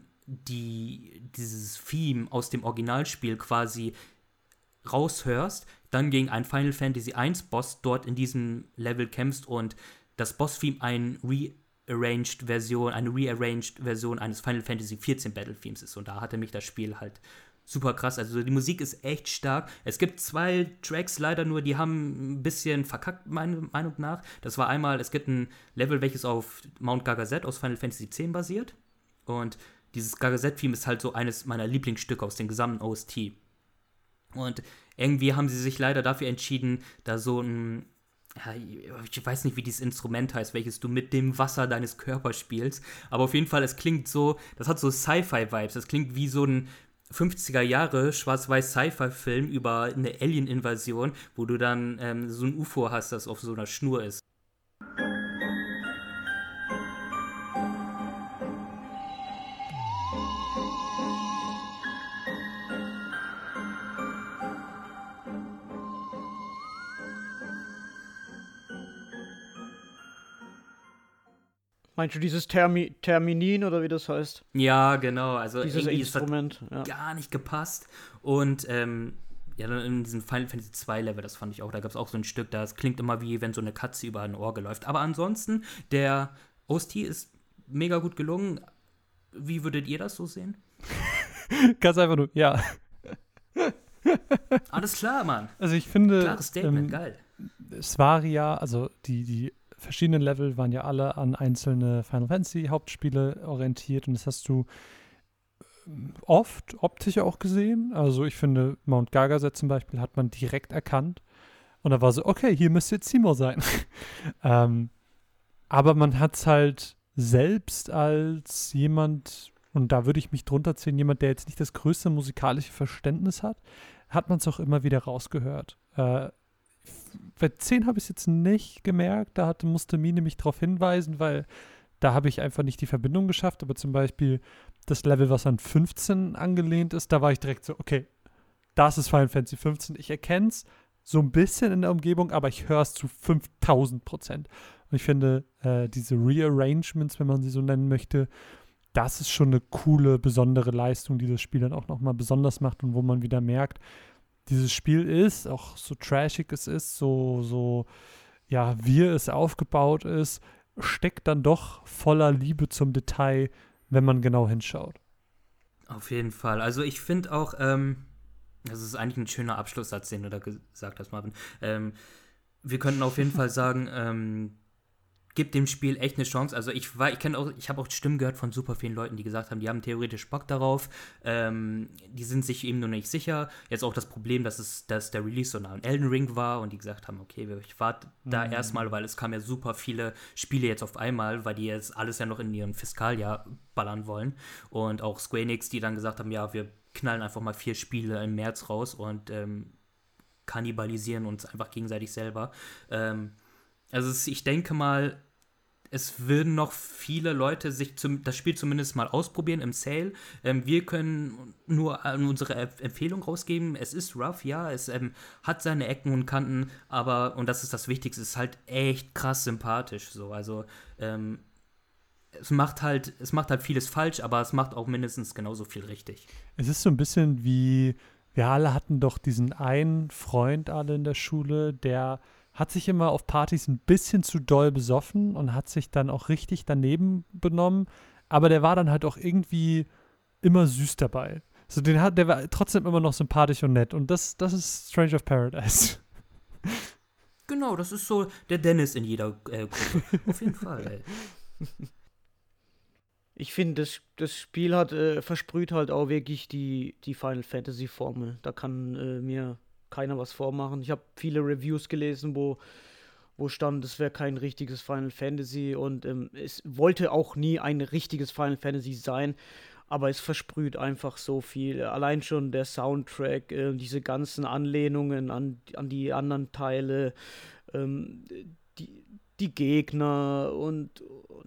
dieses Theme aus dem Originalspiel quasi raushörst, dann gegen einen Final Fantasy 1 Boss dort in diesem Level kämpfst und das Boss-Theme eine rearranged Version eines Final Fantasy 14 Battle-Themes ist. Und da hatte mich das Spiel halt super krass. Also die Musik ist echt stark. Es gibt 2 Tracks leider nur, die haben ein bisschen verkackt, meiner Meinung nach. Das war einmal, es gibt ein Level, welches auf Mount Gargazet aus Final Fantasy X basiert. Und dieses Gargazet-Theme ist halt so eines meiner Lieblingsstücke aus dem gesamten OST. Und irgendwie haben sie sich leider dafür entschieden, da so ein, ja, ich weiß nicht, wie dieses Instrument heißt, welches du mit dem Wasser deines Körpers spielst. Aber auf jeden Fall, es klingt so, das hat so Sci-Fi-Vibes. Das klingt wie so ein 50er Jahre schwarz-weiß Sci-Fi-Film über eine Alien-Invasion, wo du dann so ein UFO hast, das auf so einer Schnur ist. Meinst du dieses Terminin oder wie das heißt? Ja, genau. Also dieses irgendwie Instrument, ist das gar nicht gepasst. Und ja, dann in diesem Final Fantasy 2 Level, das fand ich auch, da gab es auch so ein Stück, das klingt immer wie, wenn so eine Katze über ein Ohr läuft. Aber ansonsten, der OST ist mega gut gelungen. Wie würdet ihr das so sehen? Ganz einfach nur, ja. Alles klar, Mann. Also ich finde, klares Statement, geil. Es war ja, also die verschiedenen Level waren ja alle an einzelne Final Fantasy Hauptspiele orientiert und das hast du oft optisch auch gesehen. Also ich finde, Mount Gargazet zum Beispiel hat man direkt erkannt und da war so, okay, hier müsste jetzt Seymour sein. Aber man hat es halt selbst als jemand, und da würde ich mich drunter ziehen, jemand, der jetzt nicht das größte musikalische Verständnis hat man es auch immer wieder rausgehört. Bei 10 habe ich es jetzt nicht gemerkt, musste Mine mich darauf hinweisen, weil da habe ich einfach nicht die Verbindung geschafft, aber zum Beispiel das Level, was an 15 angelehnt ist, da war ich direkt so, okay, das ist Final Fantasy 15. Ich erkenne es so ein bisschen in der Umgebung, aber ich höre es zu 5000%. Und ich finde, diese Rearrangements, wenn man sie so nennen möchte, das ist schon eine coole, besondere Leistung, die das Spiel dann auch nochmal besonders macht und wo man wieder merkt, dieses Spiel ist, auch so trashig es ist, so wie es aufgebaut ist, steckt dann doch voller Liebe zum Detail, wenn man genau hinschaut. Auf jeden Fall. Also ich finde auch, das ist eigentlich ein schöner Abschlusssatz, den du da gesagt hast, Marvin. Wir könnten auf jeden Fall sagen, gibt dem Spiel echt eine Chance. Also ich habe auch Stimmen gehört von super vielen Leuten, die gesagt haben, die haben theoretisch Bock darauf. Die sind sich eben nur nicht sicher. Jetzt auch das Problem, dass der Release so nah an Elden Ring war und die gesagt haben, okay, ich warte da erstmal, weil es kamen ja super viele Spiele jetzt auf einmal, weil die jetzt alles ja noch in ihrem Fiskaljahr ballern wollen. Und auch Square Enix, die dann gesagt haben, ja, wir knallen einfach mal 4 Spiele im März raus und kannibalisieren uns einfach gegenseitig selber. Ich denke mal, es würden noch viele Leute sich das Spiel zumindest mal ausprobieren im Sale. Wir können nur unsere Empfehlung rausgeben. Es ist rough, ja, es hat seine Ecken und Kanten, aber, und das ist das Wichtigste, es ist halt echt krass sympathisch. So. Also es macht halt vieles falsch, aber es macht auch mindestens genauso viel richtig. Es ist so ein bisschen wie, wir alle hatten doch diesen einen Freund alle in der Schule, der hat sich immer auf Partys ein bisschen zu doll besoffen und hat sich dann auch richtig daneben benommen, aber der war dann halt auch irgendwie immer süß dabei. So, der war trotzdem immer noch sympathisch und nett und das ist Stranger of Paradise. Genau, das ist so der Dennis in jeder Gruppe. Auf jeden Fall, ey. Ich finde, das Spiel versprüht halt auch wirklich die Final Fantasy Formel. Da kann mir keiner was vormachen. Ich habe viele Reviews gelesen, wo stand, es wäre kein richtiges Final Fantasy und es wollte auch nie ein richtiges Final Fantasy sein, aber es versprüht einfach so viel. Allein schon der Soundtrack, diese ganzen Anlehnungen an die anderen Teile, die Gegner und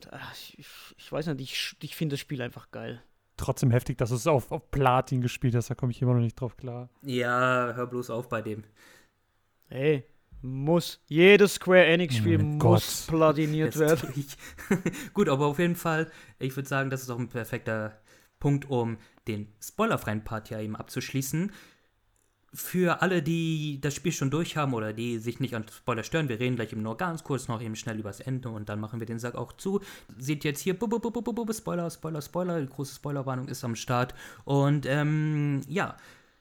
ich weiß nicht, ich finde das Spiel einfach geil. Trotzdem heftig, dass du es auf Platin gespielt hast, da komme ich immer noch nicht drauf klar. Ja, hör bloß auf bei dem. Hey, jedes Square Enix-Spiel muss platiniert werden. Gut, aber auf jeden Fall, ich würde sagen, das ist auch ein perfekter Punkt, um den spoilerfreien Part hier eben abzuschließen. Für alle, die das Spiel schon durchhaben oder die sich nicht an Spoiler stören, wir reden gleich eben nur ganz kurz noch eben schnell übers Ende und dann machen wir den Sack auch zu. Seht jetzt hier, Spoiler, Spoiler, Spoiler, die große Spoilerwarnung ist am Start. Und ja,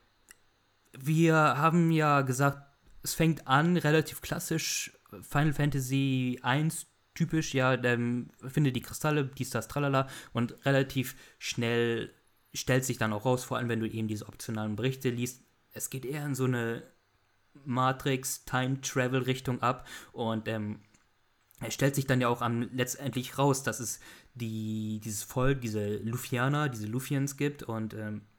wir haben ja gesagt, es fängt an, relativ klassisch, Final Fantasy 1 typisch, ja, findet die Kristalle, dies, das, tralala, und relativ schnell stellt sich dann auch raus, vor allem wenn du eben diese optionalen Berichte liest, es geht eher in so eine Matrix-Time-Travel-Richtung ab und es stellt sich dann ja auch letztendlich raus, dass es dieses Volk, diese Lufianer, diese Lufians gibt und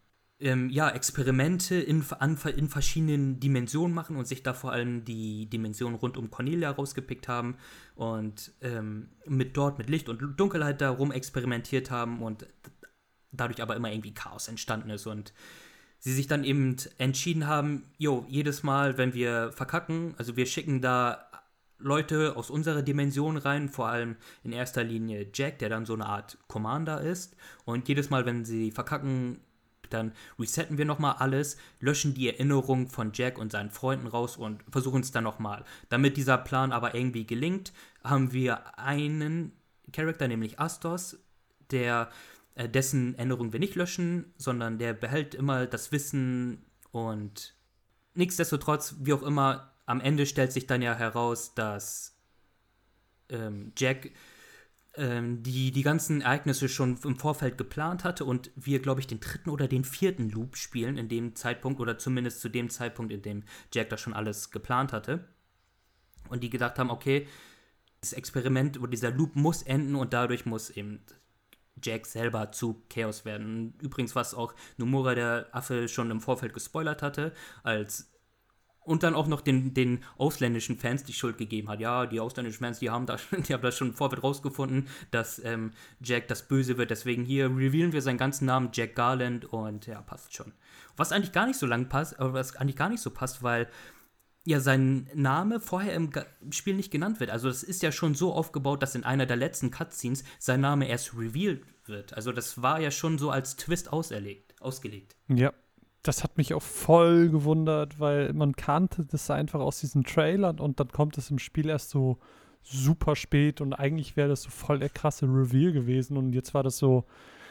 Experimente in verschiedenen Dimensionen machen und sich da vor allem die Dimension rund um Cornelia rausgepickt haben und mit Licht und Dunkelheit darum experimentiert haben und dadurch aber immer irgendwie Chaos entstanden ist und sie sich dann eben entschieden haben, jedes Mal, wenn wir verkacken, also wir schicken da Leute aus unserer Dimension rein, vor allem in erster Linie Jack, der dann so eine Art Commander ist und jedes Mal, wenn sie verkacken, dann resetten wir nochmal alles, löschen die Erinnerung von Jack und seinen Freunden raus und versuchen es dann nochmal. Damit dieser Plan aber irgendwie gelingt, haben wir einen Charakter, nämlich Astos, dessen Erinnerung wir nicht löschen, sondern der behält immer das Wissen und nichtsdestotrotz, wie auch immer, am Ende stellt sich dann ja heraus, dass Jack die ganzen Ereignisse schon im Vorfeld geplant hatte und wir, glaube ich, den 3. oder den 4. Loop spielen in dem Zeitpunkt oder zumindest zu dem Zeitpunkt, in dem Jack das schon alles geplant hatte. Und die gedacht haben, okay, das Experiment oder dieser Loop muss enden und dadurch muss eben Jack selber zu Chaos werden. Übrigens, was auch Nomura, der Affe, schon im Vorfeld gespoilert hatte, Und dann auch noch den ausländischen Fans die Schuld gegeben hat. Ja, die ausländischen Fans, die haben das schon vorwärts rausgefunden, dass Jack das Böse wird. Deswegen hier revealen wir seinen ganzen Namen, Jack Garland, und ja, passt schon. Was eigentlich gar nicht so passt, weil ja sein Name vorher im Spiel nicht genannt wird. Also das ist ja schon so aufgebaut, dass in einer der letzten Cutscenes sein Name erst revealed wird. Also das war ja schon so als Twist ausgelegt. Ja, das hat mich auch voll gewundert, weil man kannte das einfach aus diesen Trailern und dann kommt es im Spiel erst so super spät und eigentlich wäre das so voll der krasse Reveal gewesen und jetzt war das so,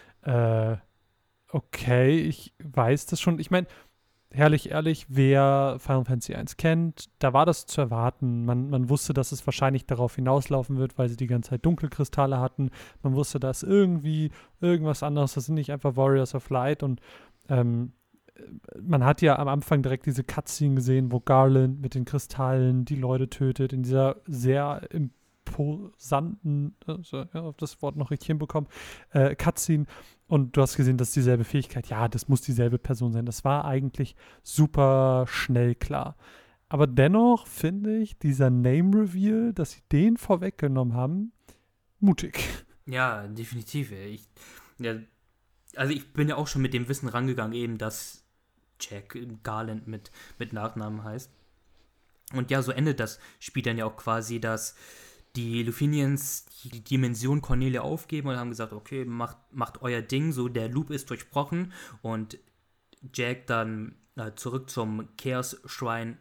okay, ich weiß das schon. Ich meine, herrlich ehrlich, wer Final Fantasy 1 kennt, da war das zu erwarten. Man wusste, dass es wahrscheinlich darauf hinauslaufen wird, weil sie die ganze Zeit Dunkelkristalle hatten. Man wusste, dass irgendwie irgendwas anderes, das sind nicht einfach Warriors of Light und man hat ja am Anfang direkt diese Cutscene gesehen, wo Garland mit den Kristallen die Leute tötet, in dieser sehr imposanten, auf das Wort noch richtig hinbekommen, Cutscene. Und du hast gesehen, dass dieselbe Fähigkeit, ja, das muss dieselbe Person sein. Das war eigentlich super schnell klar. Aber dennoch finde ich, dieser Name-Reveal, dass sie den vorweggenommen haben, mutig. Ja, definitiv. Also ich bin ja auch schon mit dem Wissen rangegangen, eben, dass Jack Garland mit Nachnamen heißt. Und ja, so endet das Spiel dann ja auch quasi, dass die Lufinians die Dimension Cornelia aufgeben und haben gesagt, okay, macht euer Ding, so der Loop ist durchbrochen und Jack dann zurück zum Chaos-Schrein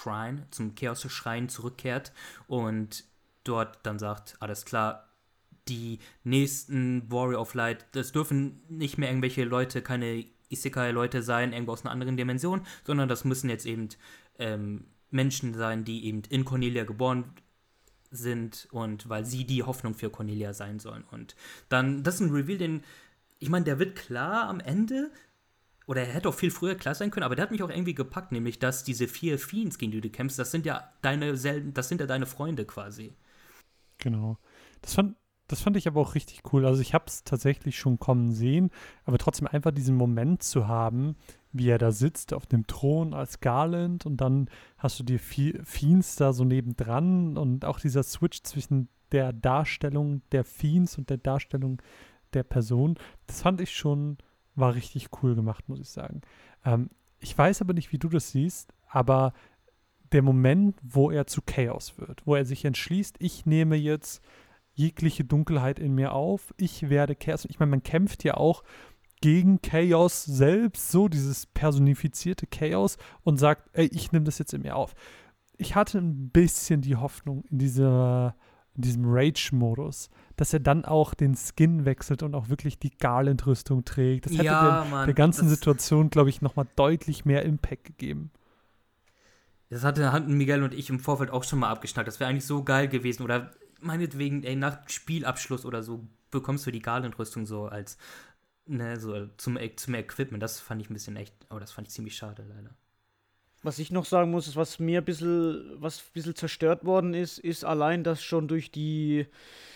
zurückkehrt und dort dann sagt, alles klar, die nächsten Warrior of Light, das dürfen nicht mehr irgendwelche Leute, keine Isekai-Leute sein, irgendwo aus einer anderen Dimension, sondern das müssen jetzt eben Menschen sein, die eben in Cornelia geboren sind und weil sie die Hoffnung für Cornelia sein sollen. Und dann, das ist ein Reveal, ich meine, der wird klar am Ende, oder er hätte auch viel früher klar sein können, aber der hat mich auch irgendwie gepackt, nämlich, dass diese 4 Fiends, gegen die du kämpfst, das sind ja deine Freunde quasi. Genau. Das fand ich aber auch richtig cool. Also ich habe es tatsächlich schon kommen sehen, aber trotzdem einfach diesen Moment zu haben, wie er da sitzt auf dem Thron als Garland und dann hast du die Fiends da so nebendran und auch dieser Switch zwischen der Darstellung der Fiends und der Darstellung der Person, das fand ich schon, war richtig cool gemacht, muss ich sagen. Ich weiß aber nicht, wie du das siehst, aber der Moment, wo er zu Chaos wird, wo er sich entschließt, ich nehme jetzt jegliche Dunkelheit in mir auf, ich werde Chaos. Ich meine, man kämpft ja auch gegen Chaos selbst, so dieses personifizierte Chaos und sagt, ey, ich nehme das jetzt in mir auf. Ich hatte ein bisschen die Hoffnung in diesem Rage-Modus, dass er dann auch den Skin wechselt und auch wirklich die Garland-Rüstung trägt. Das hätte der ganzen Situation, glaube ich, nochmal deutlich mehr Impact gegeben. Das hatten Miguel und ich im Vorfeld auch schon mal abgeschnackt. Das wäre eigentlich so geil gewesen. Oder meinetwegen, nach Spielabschluss oder so bekommst du die Garland-Rüstung so als so zum Equipment. Das fand ich ein bisschen das fand ich ziemlich schade, leider. Was ich noch sagen muss, ist, was mir ein bisschen zerstört worden ist allein, dass schon durch die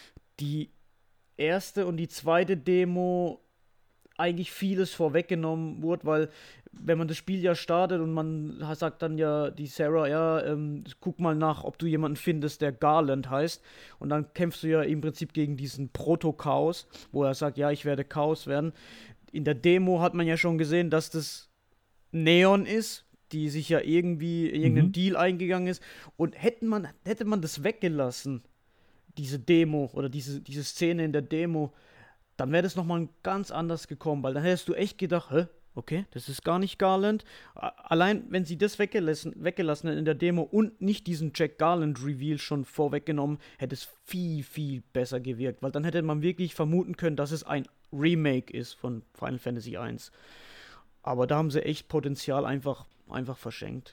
erste und die zweite Demo eigentlich vieles vorweggenommen wurde, weil wenn man das Spiel ja startet und man sagt dann ja die Sarah, ja, guck mal nach, ob du jemanden findest, der Garland heißt, und dann kämpfst du ja im Prinzip gegen diesen Proto-Chaos, wo er sagt, ja, ich werde Chaos werden. In der Demo hat man ja schon gesehen, dass das Neon ist, die sich ja irgendwie irgendeinen Deal eingegangen ist, und hätte man das weggelassen, diese Demo oder diese Szene in der Demo, dann wäre das nochmal ganz anders gekommen, weil dann hättest du echt gedacht, okay, das ist gar nicht Garland. Allein, wenn sie das weggelassen hätten in der Demo und nicht diesen Jack Garland-Reveal schon vorweggenommen, hätte es viel, viel besser gewirkt, weil dann hätte man wirklich vermuten können, dass es ein Remake ist von Final Fantasy 1. Aber da haben sie echt Potenzial einfach verschenkt.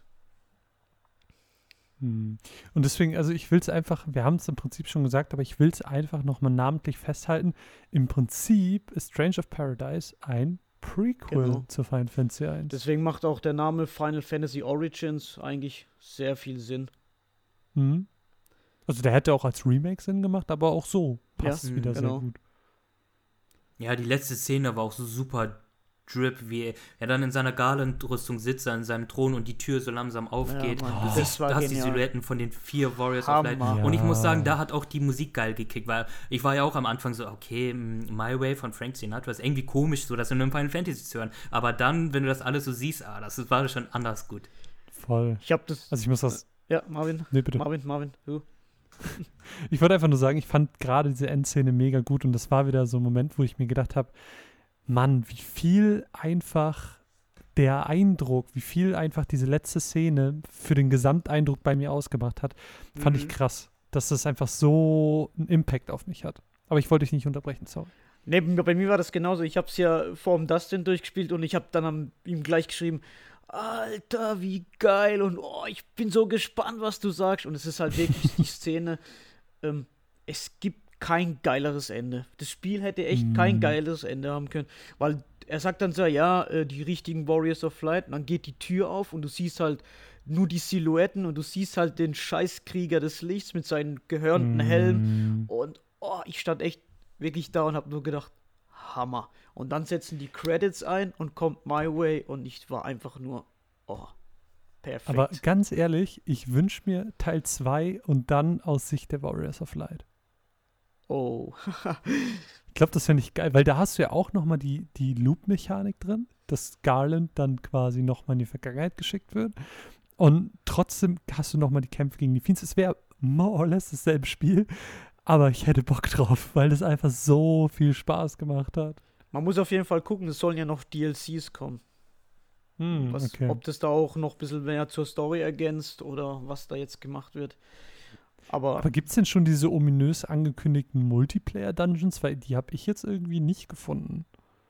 Und deswegen, also ich will es einfach, wir haben es im Prinzip schon gesagt, aber ich will es einfach nochmal namentlich festhalten. Im Prinzip ist Strange of Paradise ein Prequel zu Final Fantasy 1. Deswegen macht auch der Name Final Fantasy Origins eigentlich sehr viel Sinn. Also der hätte auch als Remake Sinn gemacht, aber auch so passt es wieder sehr gut. Ja, die letzte Szene war auch so super Drip, wie er dann in seiner Garland-Rüstung sitzt, in seinem Thron und die Tür so langsam aufgeht. Mann, Du das siehst, war du hast die genial. Silhouetten von den 4 Warriors of Hammer. Light. Ja. Und ich muss sagen, da hat auch die Musik geil gekickt, weil ich war ja auch am Anfang so, okay, My Way von Frank Sinatra ist irgendwie komisch, so das in einem Final Fantasy zu hören. Aber dann, wenn du das alles so siehst, das war schon anders gut. Voll. Ich habe das. Also ich muss das. Ja, Marvin. Nee, bitte. Marvin, du. Ich wollte einfach nur sagen, ich fand gerade diese Endszene mega gut und das war wieder so ein Moment, wo ich mir gedacht habe, Mann, wie viel einfach der Eindruck, wie viel einfach diese letzte Szene für den Gesamteindruck bei mir ausgemacht hat, fand ich krass, dass das einfach so einen Impact auf mich hat. Aber ich wollte dich nicht unterbrechen, sorry. Nee, bei mir war das genauso. Ich habe es ja vor dem Dustin durchgespielt und ich habe dann ihm gleich geschrieben, Alter, wie geil und ich bin so gespannt, was du sagst. Und es ist halt wirklich die Szene, es gibt kein geileres Ende. Das Spiel hätte echt kein geileres Ende haben können, weil er sagt dann so, die richtigen Warriors of Light, und dann geht die Tür auf und du siehst halt nur die Silhouetten und du siehst halt den Scheißkrieger des Lichts mit seinem gehörnten Helm und ich stand echt wirklich da und hab nur gedacht, Hammer. Und dann setzen die Credits ein und kommt My Way und ich war einfach nur, perfekt. Aber ganz ehrlich, ich wünsche mir Teil 2 und dann aus Sicht der Warriors of Light. Ich glaube, das fände ich geil, weil da hast du ja auch nochmal die Loop-Mechanik drin, dass Garland dann quasi nochmal in die Vergangenheit geschickt wird. Und trotzdem hast du nochmal die Kämpfe gegen die Fiends. Es wäre more or less dasselbe Spiel, aber ich hätte Bock drauf, weil das einfach so viel Spaß gemacht hat. Man muss auf jeden Fall gucken, es sollen ja noch DLCs kommen. Okay. Ob das da auch noch ein bisschen mehr zur Story ergänzt oder was da jetzt gemacht wird. Aber gibt es denn schon diese ominös angekündigten Multiplayer-Dungeons? Weil die habe ich jetzt irgendwie nicht gefunden.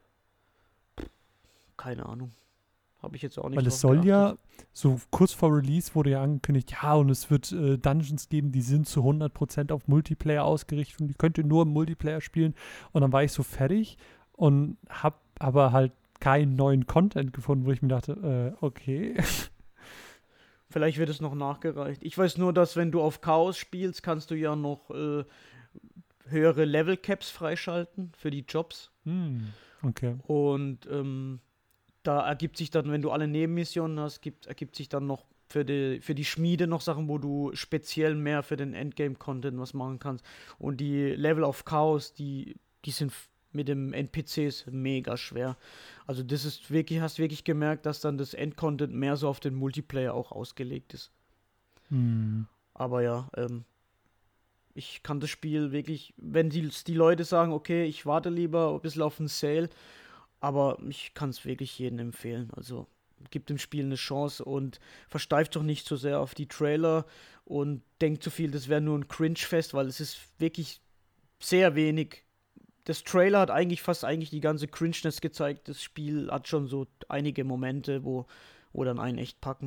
keine Ahnung. Habe ich jetzt auch nicht Weil es drauf soll geachtet. ja, so kurz vor Release wurde ja angekündigt, ja, und es wird Dungeons geben, die sind zu 100% auf Multiplayer ausgerichtet und die könnt ihr nur im Multiplayer spielen. Und dann war ich so fertig und habe aber halt keinen neuen Content gefunden, wo ich mir dachte, okay. Vielleicht wird es noch nachgereicht. Ich weiß nur, dass wenn du auf Chaos spielst, kannst du ja noch höhere Level-Caps freischalten für die Jobs. Okay. Und da ergibt sich dann, wenn du alle Nebenmissionen hast, ergibt sich dann noch für die Schmiede noch Sachen, wo du speziell mehr für den Endgame-Content was machen kannst. Und die Level auf Chaos, die sind mit dem NPCs mega schwer. Also das ist wirklich, hast wirklich gemerkt, dass dann das Endcontent mehr so auf den Multiplayer auch ausgelegt ist. Aber ja, ich kann das Spiel wirklich, wenn die Leute sagen, okay, ich warte lieber ein bisschen auf einen Sale, aber ich kann es wirklich jedem empfehlen. Also gibt dem Spiel eine Chance und versteift doch nicht so sehr auf die Trailer und denkt zu viel, das wäre nur ein Cringe-Fest, weil es ist wirklich sehr wenig. Das Trailer hat fast die ganze Cringeness gezeigt. Das Spiel hat schon so einige Momente, wo dann einen echt packen.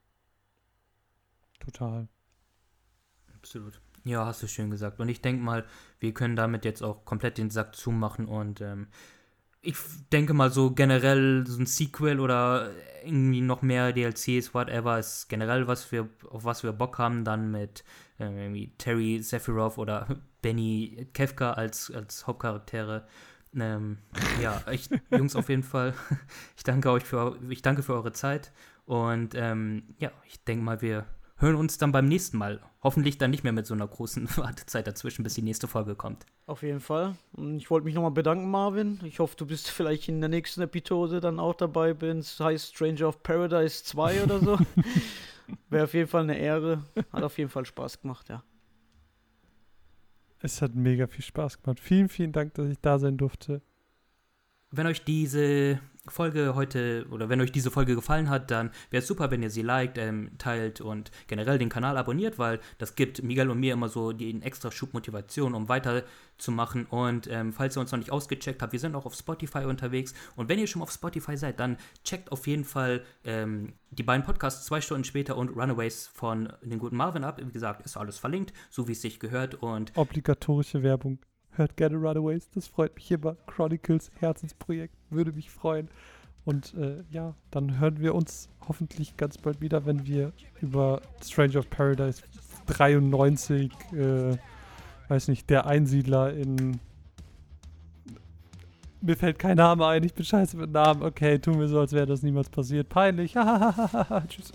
Total. Absolut. Ja, hast du schön gesagt. Und ich denke mal, wir können damit jetzt auch komplett den Sack zumachen und ich denke mal so generell so ein Sequel oder irgendwie noch mehr DLCs, whatever, ist generell auf was wir Bock haben, dann mit irgendwie Terry Sephiroth oder Benny Kefka als Hauptcharaktere. Jungs, auf jeden Fall, ich danke für eure Zeit und ich denke mal, wir hören uns dann beim nächsten Mal. Hoffentlich dann nicht mehr mit so einer großen Wartezeit dazwischen, bis die nächste Folge kommt. Auf jeden Fall. Und ich wollte mich nochmal bedanken, Marvin. Ich hoffe, du bist vielleicht in der nächsten Episode dann auch dabei, wenn es heißt Stranger of Paradise 2 oder so. Wäre auf jeden Fall eine Ehre. Hat auf jeden Fall Spaß gemacht, ja. Es hat mega viel Spaß gemacht. Vielen, vielen Dank, dass ich da sein durfte. Wenn euch diese Folge wenn euch diese Folge gefallen hat, dann wäre es super, wenn ihr sie liked, teilt und generell den Kanal abonniert, weil das gibt Miguel und mir immer so den extra Schub Motivation, um weiterzumachen. Und falls ihr uns noch nicht ausgecheckt habt, wir sind auch auf Spotify unterwegs. Und wenn ihr schon auf Spotify seid, dann checkt auf jeden Fall die beiden Podcasts 2 Stunden später und Runaways von den guten Marvin ab. Wie gesagt, ist alles verlinkt, so wie es sich gehört. Und Obligatorische Werbung. Hört gerne Runaways, das freut mich immer. Chronicles, Herzensprojekt, würde mich freuen. Und dann hören wir uns hoffentlich ganz bald wieder, wenn wir über Stranger of Paradise 93, weiß nicht, der Einsiedler in Mir fällt kein Name ein, ich bin scheiße mit Namen. Okay, tun wir so, als wäre das niemals passiert. Peinlich. Tschüss.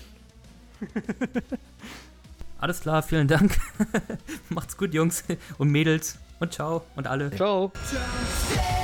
Alles klar, vielen Dank. Macht's gut, Jungs und Mädels. Und ciao und alle. Ciao. Stay